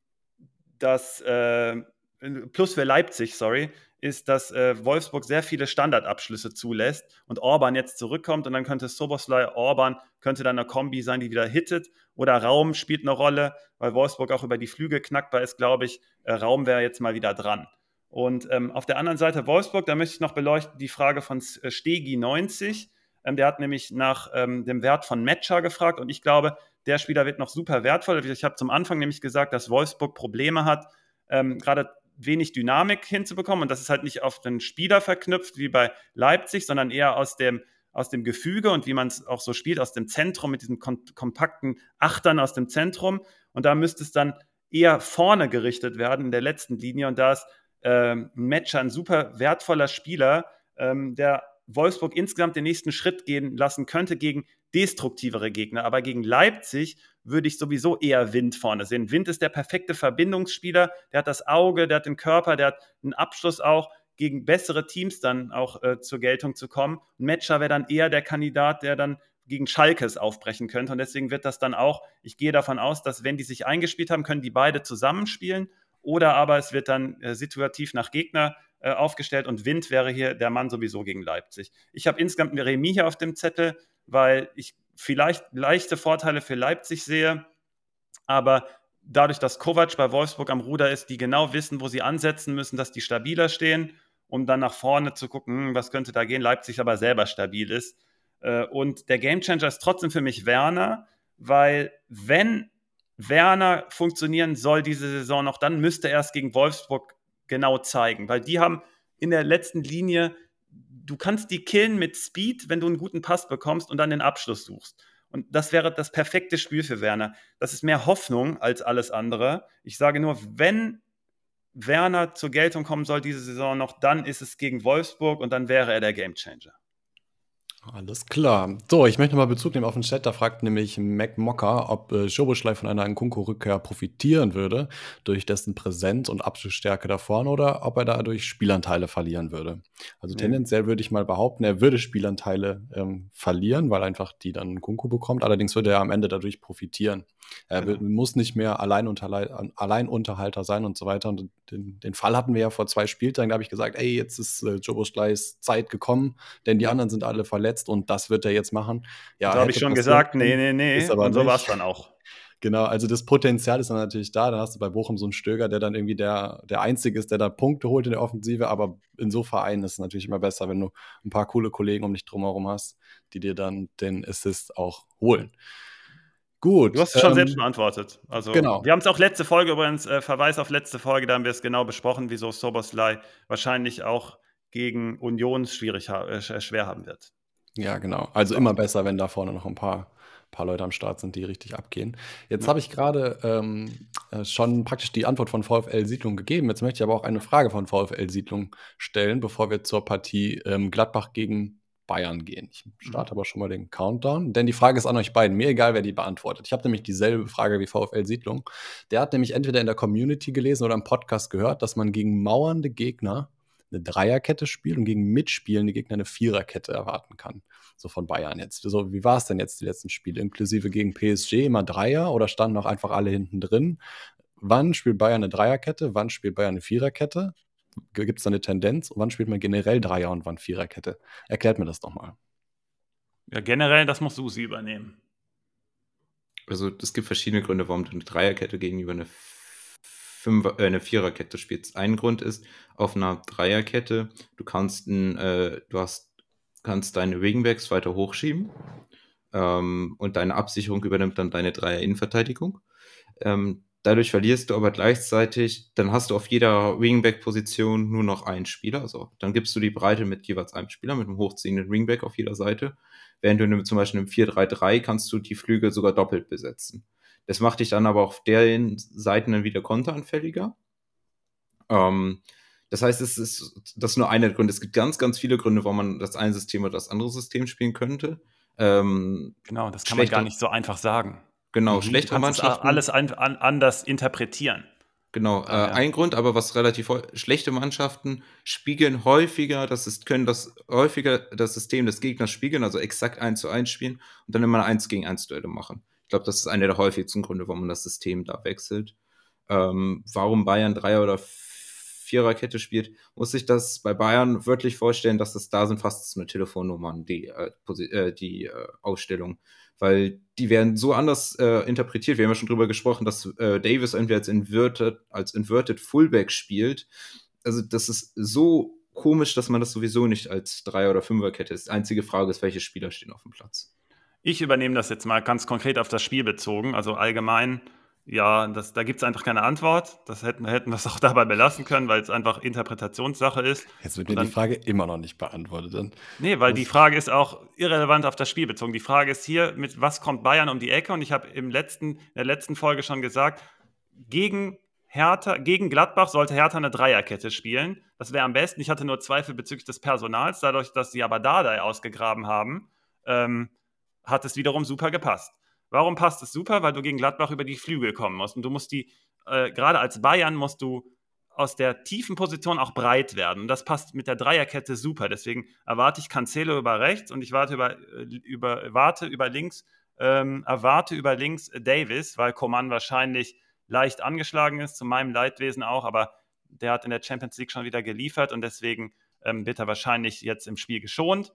S1: das äh, Plus für Leipzig, sorry, ist, dass äh, Wolfsburg sehr viele Standardabschlüsse zulässt und Orban jetzt zurückkommt, und dann könnte Szoboszlai, Orban, könnte dann eine Kombi sein, die wieder hittet, oder Raum spielt eine Rolle, weil Wolfsburg auch über die Flügel knackbar ist, glaube ich. Äh, Raum wäre jetzt mal wieder dran. Und ähm, auf der anderen Seite Wolfsburg, da möchte ich noch beleuchten die Frage von Stegi neunzig. Ähm, der hat nämlich nach ähm, dem Wert von Metscher gefragt, und ich glaube, der Spieler wird noch super wertvoll. Ich habe zum Anfang nämlich gesagt, dass Wolfsburg Probleme hat, ähm, gerade wenig Dynamik hinzubekommen, und das ist halt nicht auf den Spieler verknüpft wie bei Leipzig, sondern eher aus dem, aus dem Gefüge und wie man es auch so spielt, aus dem Zentrum mit diesen kom- kompakten Achtern aus dem Zentrum, und da müsste es dann eher vorne gerichtet werden in der letzten Linie, und da ist ähm, Metscher ein super wertvoller Spieler, ähm, der Wolfsburg insgesamt den nächsten Schritt gehen lassen könnte gegen destruktivere Gegner. Aber gegen Leipzig würde ich sowieso eher Wind vorne sehen. Wind ist der perfekte Verbindungsspieler, der hat das Auge, der hat den Körper, der hat einen Abschluss auch, gegen bessere Teams dann auch äh, zur Geltung zu kommen. Und Metscher wäre dann eher der Kandidat, der dann gegen Schalkes aufbrechen könnte. Und deswegen wird das dann auch, ich gehe davon aus, dass wenn die sich eingespielt haben, können die beide zusammenspielen. Oder aber es wird dann äh, situativ nach Gegner äh, aufgestellt, und Wind wäre hier der Mann sowieso gegen Leipzig. Ich habe insgesamt eine Remis hier auf dem Zettel, weil ich vielleicht leichte Vorteile für Leipzig sehe, aber dadurch, dass Kovac bei Wolfsburg am Ruder ist, die genau wissen, wo sie ansetzen müssen, dass die stabiler stehen, um dann nach vorne zu gucken, hm, was könnte da gehen, Leipzig aber selber stabil ist. Äh, und der Gamechanger ist trotzdem für mich Werner, weil wenn Werner funktionieren soll diese Saison noch, dann müsste er es gegen Wolfsburg genau zeigen, weil die haben in der letzten Linie, du kannst die killen mit Speed, wenn du einen guten Pass bekommst und dann den Abschluss suchst. Und das wäre das perfekte Spiel für Werner. Das ist mehr Hoffnung als alles andere. Ich sage nur, wenn Werner zur Geltung kommen soll diese Saison noch, dann ist es gegen Wolfsburg, und dann wäre er der Gamechanger.
S3: Alles klar. So, ich möchte mal Bezug nehmen auf den Chat. Da fragt nämlich Mac Mocker, ob äh, Szoboszlai von einer Nkunku-Rückkehr profitieren würde, durch dessen Präsenz und Abschlussstärke da vorne, oder ob er dadurch Spielanteile verlieren würde. Also
S1: Mhm.
S3: tendenziell würde ich mal behaupten, er würde Spielanteile ähm, verlieren, weil einfach die dann Nkunku bekommt. Allerdings würde er am Ende dadurch profitieren. Er
S1: Genau.
S3: wird, muss nicht mehr Alleinunterlei- Alleinunterhalter sein und so weiter. Und den, den Fall hatten wir ja vor zwei Spieltagen. Da habe ich gesagt, ey, jetzt ist äh, Szoboszlais Zeit gekommen, denn die
S1: Ja.
S3: anderen sind alle verletzt, und das wird er jetzt machen. Ja,
S1: so habe ich
S3: hätte
S1: schon
S3: passieren
S1: gesagt, nee,
S3: können,
S1: nee, nee.
S3: ist aber
S1: Und so war es
S3: nicht.
S1: dann auch.
S3: Genau, also das Potenzial ist dann natürlich da. Dann hast du bei Bochum so einen Stöger, der dann irgendwie der, der Einzige ist, der da Punkte holt in der Offensive. Aber in so Vereinen ist es natürlich immer besser, wenn du ein paar coole Kollegen um dich drumherum hast, die dir dann den Assist auch holen. Gut.
S1: Du hast es schon
S3: ähm,
S1: selbst beantwortet. Also,
S3: genau.
S1: wir haben es auch letzte Folge übrigens, äh, Verweis auf letzte Folge, da haben wir es genau besprochen, wieso Szoboszlai wahrscheinlich auch gegen Union schwierig ha- äh, schwer haben wird.
S3: Ja, genau. Also immer besser, wenn da vorne noch ein paar, paar Leute am Start sind, die richtig abgehen. Jetzt
S1: Ja.
S3: habe ich gerade ähm, äh, schon praktisch die Antwort von VfL Siedlung gegeben. Jetzt möchte ich aber auch eine Frage von VfL Siedlung stellen, bevor wir zur Partie ähm, Gladbach gegen Bayern gehen. Ich starte aber schon mal den Countdown, denn die Frage ist an euch beiden. Mir egal, wer die beantwortet. Ich habe nämlich dieselbe Frage wie VfL Siedlung. Der hat nämlich entweder in der Community gelesen oder im Podcast gehört, dass man gegen mauernde Gegner eine Dreierkette spielt und gegen mitspielende Gegner eine Viererkette erwarten kann. So von Bayern jetzt. So, wie war es denn jetzt die letzten Spiele? Inklusive gegen P S G immer Dreier, oder standen auch einfach alle hinten drin? Wann spielt Bayern eine Dreierkette? Wann spielt Bayern eine Viererkette? Gibt es da eine Tendenz? Und wann spielt man generell Dreier und wann Viererkette? Erklärt mir das doch mal.
S1: Ja, generell, das musst du sie übernehmen.
S2: Also es gibt verschiedene Gründe, warum du eine Dreierkette gegenüber eine, Fünfer, äh, eine Viererkette spielst. Ein Grund ist, auf einer Dreierkette, du kannst, ein, äh, du hast, kannst deine Wingbacks weiter hochschieben ähm, und deine Absicherung übernimmt dann deine Dreier-Innenverteidigung. Ähm, Dadurch verlierst du aber gleichzeitig, dann hast du auf jeder Wingback-Position nur noch einen Spieler. Also dann gibst du die Breite mit jeweils einem Spieler, mit einem hochziehenden Wingback auf jeder Seite. Während du in einem, zum Beispiel im vier drei drei kannst du die Flügel sogar doppelt besetzen. Das macht dich dann aber auf den Seiten dann wieder konteranfälliger. Ähm, das heißt, es ist das ist nur einer der Gründe. Es gibt ganz, ganz viele Gründe, warum man das eine System oder das andere System spielen könnte. Ähm,
S1: Genau, das kann man gar nicht so einfach sagen.
S2: Genau,
S1: Mhm.
S2: schlechtere
S1: du kannst
S2: Mannschaften.
S1: alles ein, an, anders interpretieren.
S2: Genau, äh, ein Grund, aber was relativ schlechte Mannschaften spiegeln häufiger, das ist, können das häufiger das System des Gegners spiegeln, also exakt eins zu eins spielen und dann immer eins gegen eins Duelle machen. Ich glaube, das ist einer der häufigsten Gründe, warum man das System da wechselt. Ähm, warum Bayern Dreier- oder Viererkette spielt, muss ich das bei Bayern wirklich vorstellen, dass das da sind fast eine Telefonnummern, die, äh, die äh, Ausstellung. Weil die werden so anders äh, interpretiert. Wir haben ja schon drüber gesprochen, dass äh, Davis irgendwie als Inverted, als Inverted Fullback spielt. Also das ist so komisch, dass man das sowieso nicht als Dreier- oder Fünferkette ist. Die einzige Frage ist, welche Spieler stehen auf dem Platz.
S1: Ich übernehme das jetzt mal ganz konkret auf das Spiel bezogen. Also allgemein, ja, das, da gibt es einfach keine Antwort. Das hätten, hätten wir es auch dabei belassen können, weil es einfach Interpretationssache ist.
S3: Jetzt wird mir dann die Frage immer noch nicht beantwortet. Dann.
S1: Nee, weil die Frage ist auch irrelevant auf das Spiel bezogen. Die Frage ist hier, mit was kommt Bayern um die Ecke? Und ich habe im letzten, in der letzten Folge schon gesagt, gegen Hertha, gegen Gladbach sollte Hertha eine Dreierkette spielen. Das wäre am besten. Ich hatte nur Zweifel bezüglich des Personals. Dadurch, dass sie aber Dardai ausgegraben haben, ähm, hat es wiederum super gepasst. Warum passt es super? Weil du gegen Gladbach über die Flügel kommen musst. Und du musst die, äh, gerade als Bayern musst du aus der tiefen Position auch breit werden. Und das passt mit der Dreierkette super. Deswegen erwarte ich Cancelo über rechts und ich warte über, über, warte über links, ähm, erwarte über links Davis, weil Coman wahrscheinlich leicht angeschlagen ist, zu meinem Leidwesen auch, aber der hat in der Champions League schon wieder geliefert und deswegen ähm, wird er wahrscheinlich jetzt im Spiel geschont.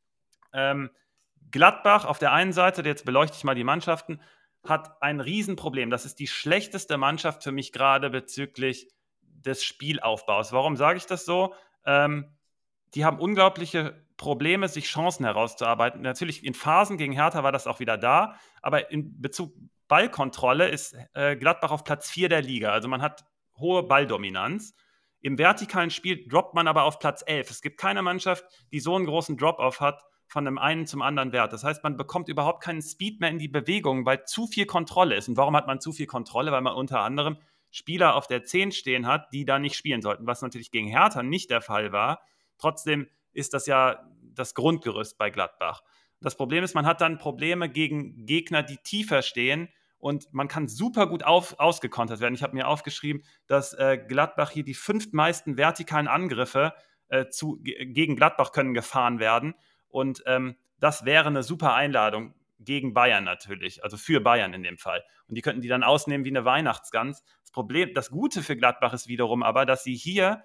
S1: Ähm, Gladbach auf der einen Seite, jetzt beleuchte ich mal die Mannschaften, hat ein Riesenproblem. Das ist die schlechteste Mannschaft für mich gerade bezüglich des Spielaufbaus. Warum sage ich das so? Ähm, die haben unglaubliche Probleme, sich Chancen herauszuarbeiten. Natürlich in Phasen gegen Hertha war das auch wieder da, aber in Bezug Ballkontrolle ist äh, Gladbach auf Platz vier der Liga. Also man hat hohe Balldominanz. Im vertikalen Spiel droppt man aber auf Platz elf. Es gibt keine Mannschaft, die so einen großen Drop-Off hat von dem einen zum anderen Wert. Das heißt, man bekommt überhaupt keinen Speed mehr in die Bewegung, weil zu viel Kontrolle ist. Und warum hat man zu viel Kontrolle? Weil man unter anderem Spieler auf der zehn stehen hat, die da nicht spielen sollten, was natürlich gegen Hertha nicht der Fall war. Trotzdem ist das ja das Grundgerüst bei Gladbach. Das Problem ist, man hat dann Probleme gegen Gegner, die tiefer stehen und man kann super gut auf, ausgekontert werden. Ich habe mir aufgeschrieben, dass äh, Gladbach hier die fünftmeisten vertikalen Angriffe äh, zu, gegen Gladbach können gefahren werden und ähm, das wäre eine super Einladung gegen Bayern natürlich, also für Bayern in dem Fall. Und die könnten die dann ausnehmen wie eine Weihnachtsgans. Das Problem, das Gute für Gladbach ist wiederum aber, dass sie hier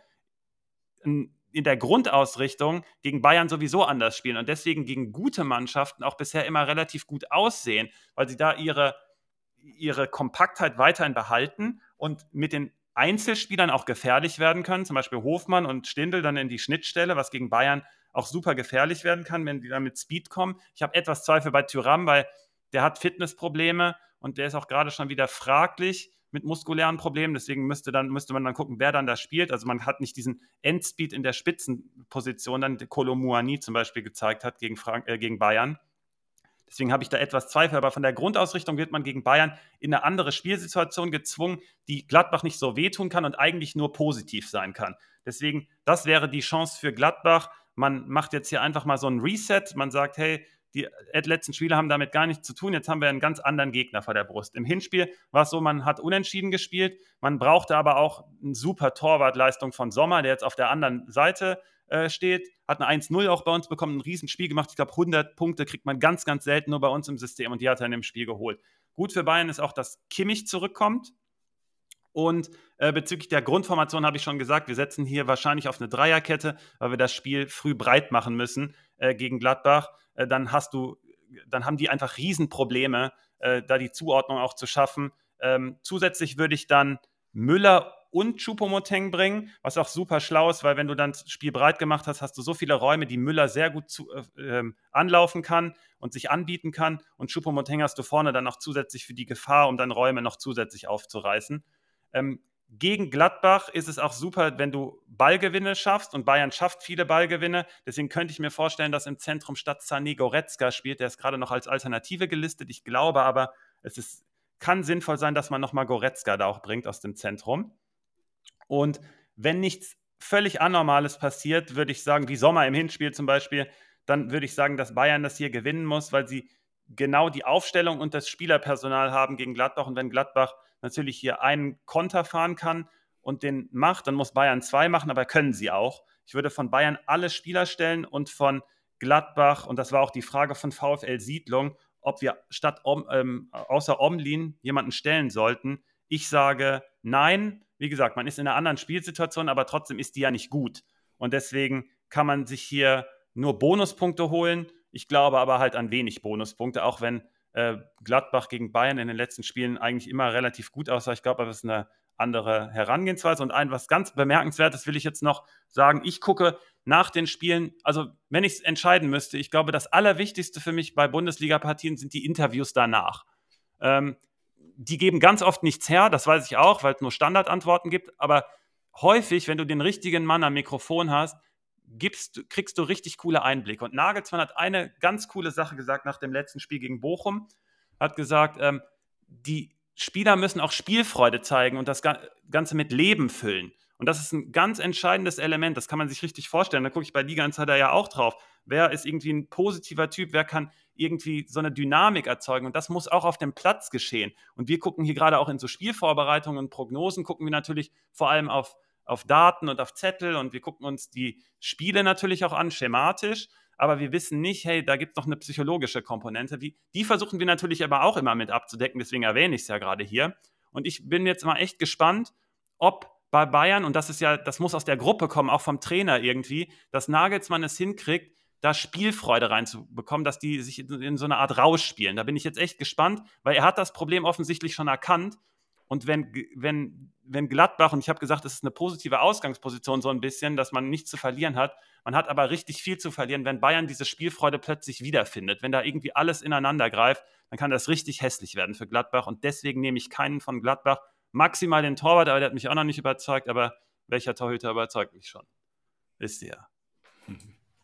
S1: in, in der Grundausrichtung gegen Bayern sowieso anders spielen und deswegen gegen gute Mannschaften auch bisher immer relativ gut aussehen, weil sie da ihre, ihre Kompaktheit weiterhin behalten und mit den Einzelspielern auch gefährlich werden können, zum Beispiel Hofmann und Stindl dann in die Schnittstelle, was gegen Bayern auch super gefährlich werden kann, wenn die dann mit Speed kommen. Ich habe etwas Zweifel bei Thuram, weil der hat Fitnessprobleme und der ist auch gerade schon wieder fraglich mit muskulären Problemen. Deswegen müsste, dann, müsste man dann gucken, wer dann da spielt. Also man hat nicht diesen Endspeed in der Spitzenposition, dann Kolo Muani zum Beispiel gezeigt hat gegen, Frank äh, gegen Bayern. Deswegen habe ich da etwas Zweifel. Aber von der Grundausrichtung wird man gegen Bayern in eine andere Spielsituation gezwungen, die Gladbach nicht so wehtun kann und eigentlich nur positiv sein kann. Deswegen, das wäre die Chance für Gladbach. Man macht jetzt hier einfach mal so ein Reset. Man sagt, hey, die letzten Spiele haben damit gar nichts zu tun. Jetzt haben wir einen ganz anderen Gegner vor der Brust. Im Hinspiel war es so, man hat unentschieden gespielt. Man brauchte aber auch eine super Torwartleistung von Sommer, der jetzt auf der anderen Seite äh, steht. Hat eine eins null auch bei uns bekommen, ein Riesenspiel gemacht. Ich glaube, hundert Punkte kriegt man ganz, ganz selten nur bei uns im System. Und die hat er in dem Spiel geholt. Gut für Bayern ist auch, dass Kimmich zurückkommt. Und äh, bezüglich der Grundformation habe ich schon gesagt, wir setzen hier wahrscheinlich auf eine Dreierkette, weil wir das Spiel früh breit machen müssen äh, gegen Gladbach. Äh, dann hast du, dann haben die einfach Riesenprobleme, äh, da die Zuordnung auch zu schaffen. Ähm, zusätzlich würde ich dann Müller und Choupo-Moting bringen, was auch super schlau ist, weil wenn du dann das Spiel breit gemacht hast, hast du so viele Räume, die Müller sehr gut zu, äh, anlaufen kann und sich anbieten kann. Und Choupo-Moting hast du vorne dann noch zusätzlich für die Gefahr, um dann Räume noch zusätzlich aufzureißen. Ähm, Gegen Gladbach ist es auch super, wenn du Ballgewinne schaffst, und Bayern schafft viele Ballgewinne. Deswegen könnte ich mir vorstellen, dass im Zentrum statt Sané Goretzka spielt. Der ist gerade noch als Alternative gelistet. Ich glaube aber, es ist, kann sinnvoll sein, dass man nochmal Goretzka da auch bringt aus dem Zentrum. Und wenn nichts völlig Anormales passiert, würde ich sagen, wie Sommer im Hinspiel zum Beispiel, dann würde ich sagen, dass Bayern das hier gewinnen muss, weil sie genau die Aufstellung und das Spielerpersonal haben gegen Gladbach. Und wenn Gladbach natürlich hier einen Konter fahren kann und den macht, dann muss Bayern zwei machen, aber können sie auch. Ich würde von Bayern alle Spieler stellen und von Gladbach, und das war auch die Frage von VfL Siedlung, ob wir statt ähm, außer Omlin jemanden stellen sollten. Ich sage nein. Wie gesagt, man ist in einer anderen Spielsituation, aber trotzdem ist die ja nicht gut. Und deswegen kann man sich hier nur Bonuspunkte holen. Ich glaube aber halt an wenig Bonuspunkte, auch wenn äh, Gladbach gegen Bayern in den letzten Spielen eigentlich immer relativ gut aussah. Ich glaube, das ist eine andere Herangehensweise. Und ein was ganz Bemerkenswertes will ich jetzt noch sagen. Ich gucke nach den Spielen, also wenn ich es entscheiden müsste, ich glaube, das Allerwichtigste für mich bei Bundesliga-Partien sind die Interviews danach. Ähm, die geben ganz oft nichts her, das weiß ich auch, weil es nur Standardantworten gibt, aber häufig, wenn du den richtigen Mann am Mikrofon hast, gibst, kriegst du richtig coole Einblicke. Und Nagelsmann hat eine ganz coole Sache gesagt nach dem letzten Spiel gegen Bochum, hat gesagt, ähm, die Spieler müssen auch Spielfreude zeigen und das Ganze mit Leben füllen. Und das ist ein ganz entscheidendes Element, das kann man sich richtig vorstellen. Da gucke ich bei Liga Insider ja auch drauf. Wer ist irgendwie ein positiver Typ, wer kann irgendwie so eine Dynamik erzeugen, und das muss auch auf dem Platz geschehen. Und wir gucken hier gerade auch in so Spielvorbereitungen und Prognosen, gucken wir natürlich vor allem auf, auf Daten und auf Zettel, und wir gucken uns die Spiele natürlich auch an, schematisch, aber wir wissen nicht, hey, da gibt es noch eine psychologische Komponente. Die, die versuchen wir natürlich aber auch immer mit abzudecken, deswegen erwähne ich es ja gerade hier. Und ich bin jetzt mal echt gespannt, ob bei Bayern, und das ist ja, das muss aus der Gruppe kommen, auch vom Trainer irgendwie, dass Nagelsmann es hinkriegt, da Spielfreude reinzubekommen, dass die sich in so eine Art Rausch spielen. Da bin ich jetzt echt gespannt, weil er hat das Problem offensichtlich schon erkannt. Und wenn, wenn, wenn Gladbach, und ich habe gesagt, es ist eine positive Ausgangsposition so ein bisschen, dass man nichts zu verlieren hat, man hat aber richtig viel zu verlieren, wenn Bayern diese Spielfreude plötzlich wiederfindet. Wenn da irgendwie alles ineinander greift, dann kann das richtig hässlich werden für Gladbach. Und deswegen nehme ich keinen von Gladbach, maximal den Torwart, aber der hat mich auch noch nicht überzeugt. Aber welcher Torhüter überzeugt mich schon? Wisst ihr ja. Mhm.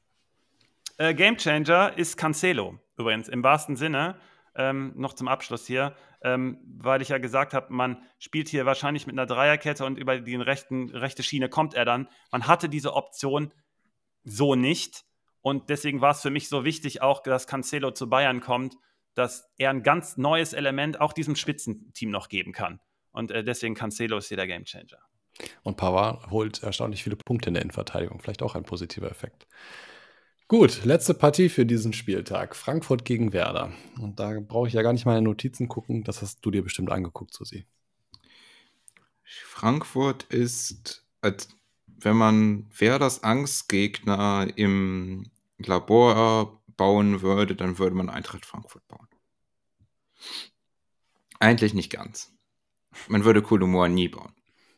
S1: Äh, Gamechanger ist Cancelo, übrigens, im wahrsten Sinne. Ähm, noch zum Abschluss hier, ähm, weil ich ja gesagt habe, man spielt hier wahrscheinlich mit einer Dreierkette und über die rechten, rechte Schiene kommt er dann. Man hatte diese Option so nicht, und deswegen war es für mich so wichtig auch, dass Cancelo zu Bayern kommt, dass er ein ganz neues Element auch diesem Spitzenteam noch geben kann. Und äh, deswegen Cancelo ist hier der Gamechanger.
S3: Und Pavard holt erstaunlich viele Punkte in der Innenverteidigung. Vielleicht auch ein positiver Effekt. Gut, letzte Partie für diesen Spieltag. Frankfurt gegen Werder. Und da brauche ich ja gar nicht meine Notizen gucken. Das hast du dir bestimmt angeguckt, Susi.
S2: Frankfurt ist, als wenn man Werders Angstgegner im Labor bauen würde, dann würde man Eintracht Frankfurt bauen. Eigentlich nicht ganz. Man würde Koulibaly nie bauen.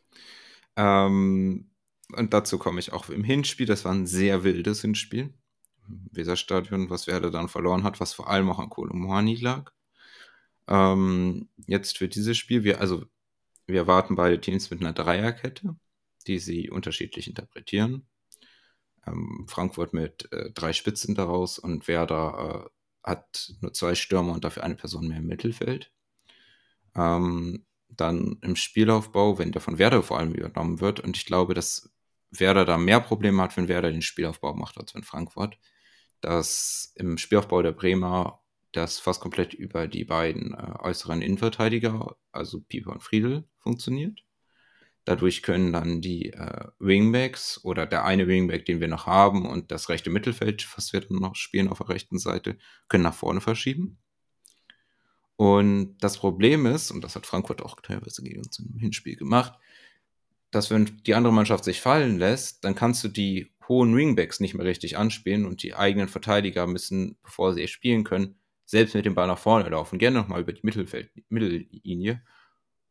S2: Ähm, und dazu komme ich auch im Hinspiel. Das war ein sehr wildes Hinspiel. Weserstadion, was Werder dann verloren hat, was vor allem auch an Koulibaly lag. Ähm, jetzt für dieses Spiel, wir, also wir erwarten beide Teams mit einer Dreierkette, die sie unterschiedlich interpretieren. Ähm, Frankfurt mit äh, drei Spitzen daraus und Werder äh, hat nur zwei Stürmer und dafür eine Person mehr im Mittelfeld. Ähm, dann im Spielaufbau, wenn der von Werder vor allem übernommen wird, und ich glaube, dass Werder da mehr Probleme hat, wenn Werder den Spielaufbau macht, als wenn Frankfurt. Dass im Spielaufbau der Bremer das fast komplett über die beiden äh, äußeren Innenverteidiger, also Pieper und Friedl, funktioniert. Dadurch können dann die äh, Wingbacks oder der eine Wingback, den wir noch haben, und das rechte Mittelfeld, was wir dann noch spielen auf der rechten Seite, können nach vorne verschieben. Und das Problem ist, und das hat Frankfurt auch teilweise gegen uns im Hinspiel gemacht, dass wenn die andere Mannschaft sich fallen lässt, dann kannst du die hohen Wingbacks nicht mehr richtig anspielen und die eigenen Verteidiger müssen, bevor sie spielen können, selbst mit dem Ball nach vorne laufen, gerne nochmal über die Mittelfeld, Mittellinie.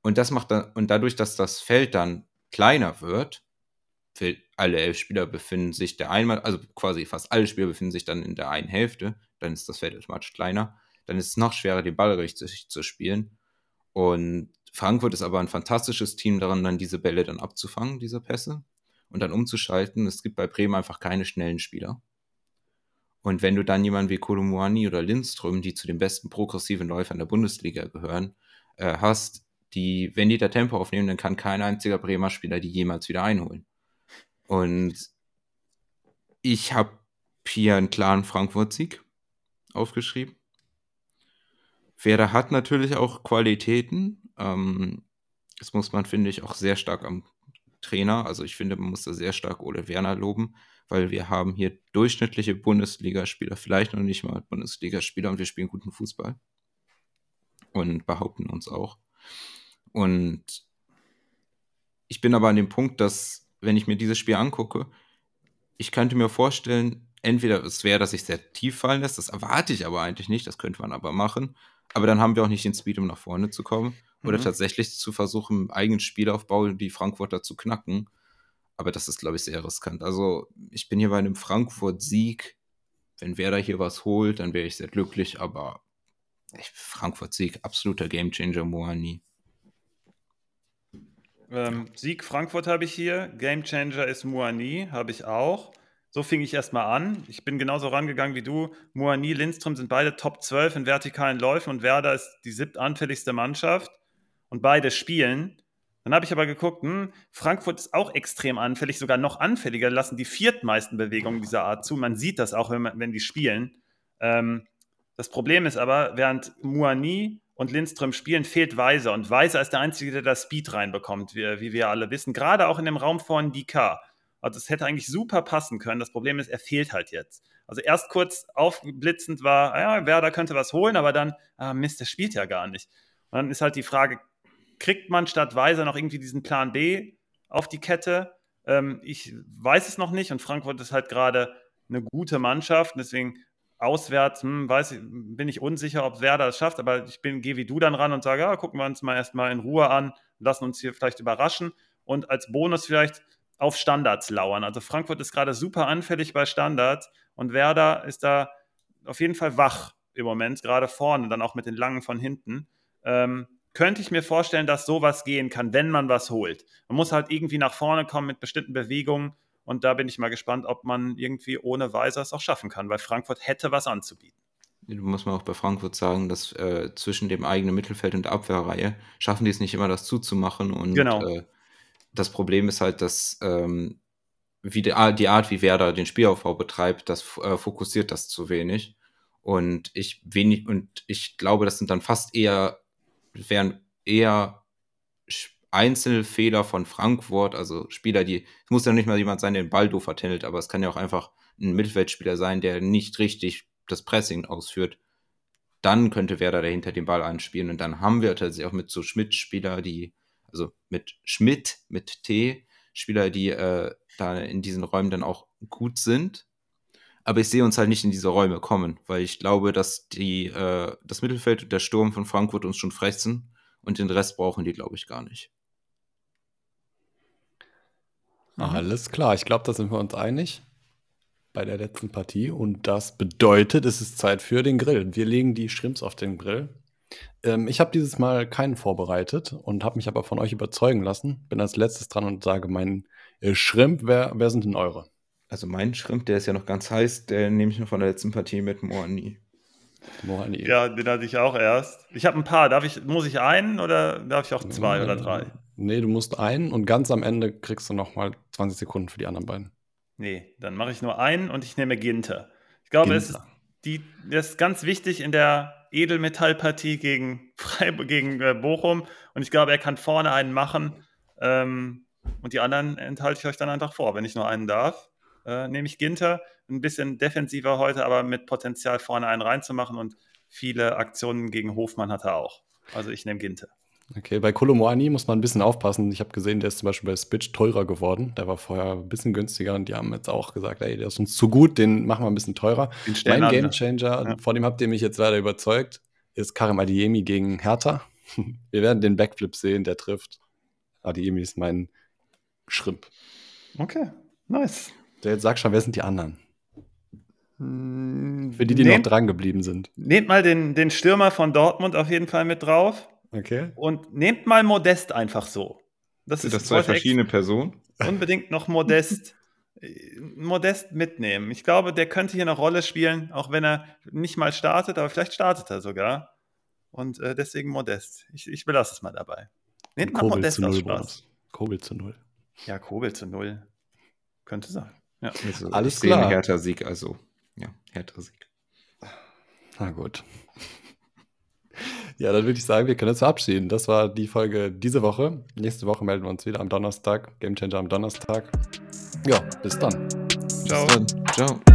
S2: Und das macht dann, und dadurch, dass das Feld dann kleiner wird, für alle elf Spieler befinden sich der einmal, also quasi fast alle Spieler befinden sich dann in der einen Hälfte, dann ist das Feld automatisch kleiner, dann ist es noch schwerer, den Ball richtig zu spielen. Und Frankfurt ist aber ein fantastisches Team daran, dann diese Bälle dann abzufangen, diese Pässe, und dann umzuschalten. Es gibt bei Bremen einfach keine schnellen Spieler. Und wenn du dann jemanden wie Kolo Muani oder Lindström, die zu den besten progressiven Läufern der Bundesliga gehören, äh, hast, die, wenn die da Tempo aufnehmen, dann kann kein einziger Bremer Spieler die jemals wieder einholen. Und ich habe hier einen klaren Frankfurt-Sieg aufgeschrieben. Werder hat natürlich auch Qualitäten. Ähm, das muss man, finde ich, auch sehr stark am Trainer. Also ich finde, man muss da sehr stark Ole Werner loben, weil wir haben hier durchschnittliche Bundesligaspieler, vielleicht noch nicht mal Bundesligaspieler, und wir spielen guten Fußball und behaupten uns auch. Und ich bin aber an dem Punkt, dass, wenn ich mir dieses Spiel angucke, ich könnte mir vorstellen, entweder es wäre, dass sich sehr tief fallen lässt, das erwarte ich aber eigentlich nicht, das könnte man aber machen, aber dann haben wir auch nicht den Speed, um nach vorne zu kommen, oder mhm. tatsächlich zu versuchen, im eigenen Spielaufbau die Frankfurter zu knacken, aber das ist, glaube ich, sehr riskant. Also ich bin hier bei einem Frankfurt-Sieg, wenn Werder hier was holt, dann wäre ich sehr glücklich, aber Frankfurt-Sieg, absoluter Gamechanger, Muani.
S1: Ähm, Sieg Frankfurt habe ich hier, Gamechanger ist Muani, habe ich auch. So fing ich erstmal an. Ich bin genauso rangegangen wie du. Muani, Lindström sind beide Top zwölf in vertikalen Läufen und Werder ist die siebtanfälligste Mannschaft und beide spielen. Dann habe ich aber geguckt, hm, Frankfurt ist auch extrem anfällig, sogar noch anfälliger, lassen die viertmeisten Bewegungen dieser Art zu. Man sieht das auch, wenn, man, wenn die spielen. Ähm, das Problem ist aber, während Muani und Lindström spielen, fehlt Weiser. Und Weiser ist der Einzige, der da Speed reinbekommt, wie, wie wir alle wissen. Gerade auch in dem Raum von D K. Also es hätte eigentlich super passen können. Das Problem ist, er fehlt halt jetzt. Also erst kurz aufblitzend war, ja, Werder könnte was holen, aber dann, ah Mist, der spielt ja gar nicht. Und dann ist halt die Frage, kriegt man statt Weiser noch irgendwie diesen Plan B auf die Kette? Ähm, ich weiß es noch nicht. Und Frankfurt ist halt gerade eine gute Mannschaft. Deswegen auswärts hm, weiß ich, bin ich unsicher, ob Werder es schafft, aber ich bin, gehe wie du dann ran und sage, ja, gucken wir uns mal erstmal in Ruhe an, lassen uns hier vielleicht überraschen und als Bonus vielleicht auf Standards lauern. Also Frankfurt ist gerade super anfällig bei Standards und Werder ist da auf jeden Fall wach im Moment, gerade vorne, dann auch mit den Langen von hinten. Ähm, könnte ich mir vorstellen, dass sowas gehen kann, wenn man was holt. Man muss halt irgendwie nach vorne kommen mit bestimmten Bewegungen. Und da bin ich mal gespannt, ob man irgendwie ohne Weiser es auch schaffen kann, weil Frankfurt hätte was anzubieten.
S2: Du musst mal auch bei Frankfurt sagen, dass äh, zwischen dem eigenen Mittelfeld und der Abwehrreihe schaffen die es nicht immer, das zuzumachen. Und
S1: genau.
S2: äh, das Problem ist halt, dass ähm, wie die, die Art, wie Werder den Spielaufbau betreibt, das äh, fokussiert das zu wenig. Und ich wenig und ich glaube, das sind dann fast eher, wären eher Einzelfehler von Frankfurt, also Spieler, die, es muss ja nicht mal jemand sein, der den Ball doof vertändelt, aber es kann ja auch einfach ein Mittelfeldspieler sein, der nicht richtig das Pressing ausführt. Dann könnte Werder dahinter den Ball anspielen und dann haben wir tatsächlich auch mit so Schmidt-Spieler, die, also mit Schmidt, mit T, Spieler, die äh, da in diesen Räumen dann auch gut sind. Aber ich sehe uns halt nicht in diese Räume kommen, weil ich glaube, dass die, äh, das Mittelfeld und der Sturm von Frankfurt uns schon fressen und den Rest brauchen die, glaube ich, gar nicht.
S3: Alles klar, ich glaube, da sind wir uns einig bei der letzten Partie. Und das bedeutet, es ist Zeit für den Grill. Wir legen die Shrimps auf den Grill. Ähm, ich habe dieses Mal keinen vorbereitet und habe mich aber von euch überzeugen lassen. Bin als letztes dran und sage, mein äh, Shrimp, wer, wer sind denn eure?
S2: Also mein Shrimp, der ist ja noch ganz heiß, der nehme ich noch von der letzten Partie mit Muani.
S3: Muani.
S1: Ja, den hatte ich auch erst. Ich habe ein paar. Darf ich, muss ich einen oder darf ich auch zwei
S3: Ja,
S1: oder drei?
S3: Nee, du musst einen und ganz am Ende kriegst du nochmal zwanzig Sekunden für die anderen beiden.
S1: Nee, dann mache ich nur einen und ich nehme Ginter. Ich glaube,
S3: Ginter.
S1: es ist, die, das ist ganz wichtig in der Edelmetallpartie gegen Freiburg, gegen äh, Bochum. Und ich glaube, er kann vorne einen machen. Ähm, und die anderen enthalte ich euch dann einfach vor. Wenn ich nur einen darf, äh, nehme ich Ginter. Ein bisschen defensiver heute, aber mit Potenzial vorne einen reinzumachen. Und viele Aktionen gegen Hofmann hat er auch. Also ich nehme Ginter.
S3: Okay, bei Kolo Muani muss man ein bisschen aufpassen. Ich habe gesehen, der ist zum Beispiel bei Spitch teurer geworden. Der war vorher ein bisschen günstiger und die haben jetzt auch gesagt, ey, der ist uns zu gut, den machen wir ein bisschen teurer. Mein Gamechanger, ja. Vor dem habt ihr mich jetzt leider überzeugt, ist Karim Adeyemi gegen Hertha. Wir werden den Backflip sehen, der trifft. Adeyemi ist mein Schrimp.
S1: Okay, nice.
S3: So, jetzt sag schon, wer sind die anderen?
S1: Hm,
S3: Für die, die
S1: nehmt,
S3: noch dran geblieben sind.
S1: Nehmt mal den, den Stürmer von Dortmund auf jeden Fall mit drauf.
S3: Okay.
S1: Und nehmt mal Modest einfach so. Das
S2: Sind
S1: ist
S2: das zwei
S1: wollte
S2: verschiedene Personen?
S1: ex- unbedingt noch Modest, äh, Modest mitnehmen. Ich glaube, der könnte hier eine Rolle spielen, auch wenn er nicht mal startet, aber vielleicht startet er sogar. Und äh, deswegen Modest. Ich, ich belasse es mal dabei. Nehmt mal
S3: Kobel
S1: Modest
S3: zu
S1: aus
S3: null,
S1: Spaß.
S3: Bonus. Kobel zu null.
S1: Ja, Kobel zu null. Könnte sein. Ja.
S2: Also,
S3: Alles
S2: ich sehe einen
S3: klar.
S2: Hertha-Sieg, also ja, Hertha-Sieg.
S3: Na gut. Ja, dann würde ich sagen, wir können uns verabschieden. Das war die Folge diese Woche. Nächste Woche melden wir uns wieder am Donnerstag. Gamechanger am Donnerstag. Ja, bis dann.
S1: Ciao.
S2: Bis dann. Ciao.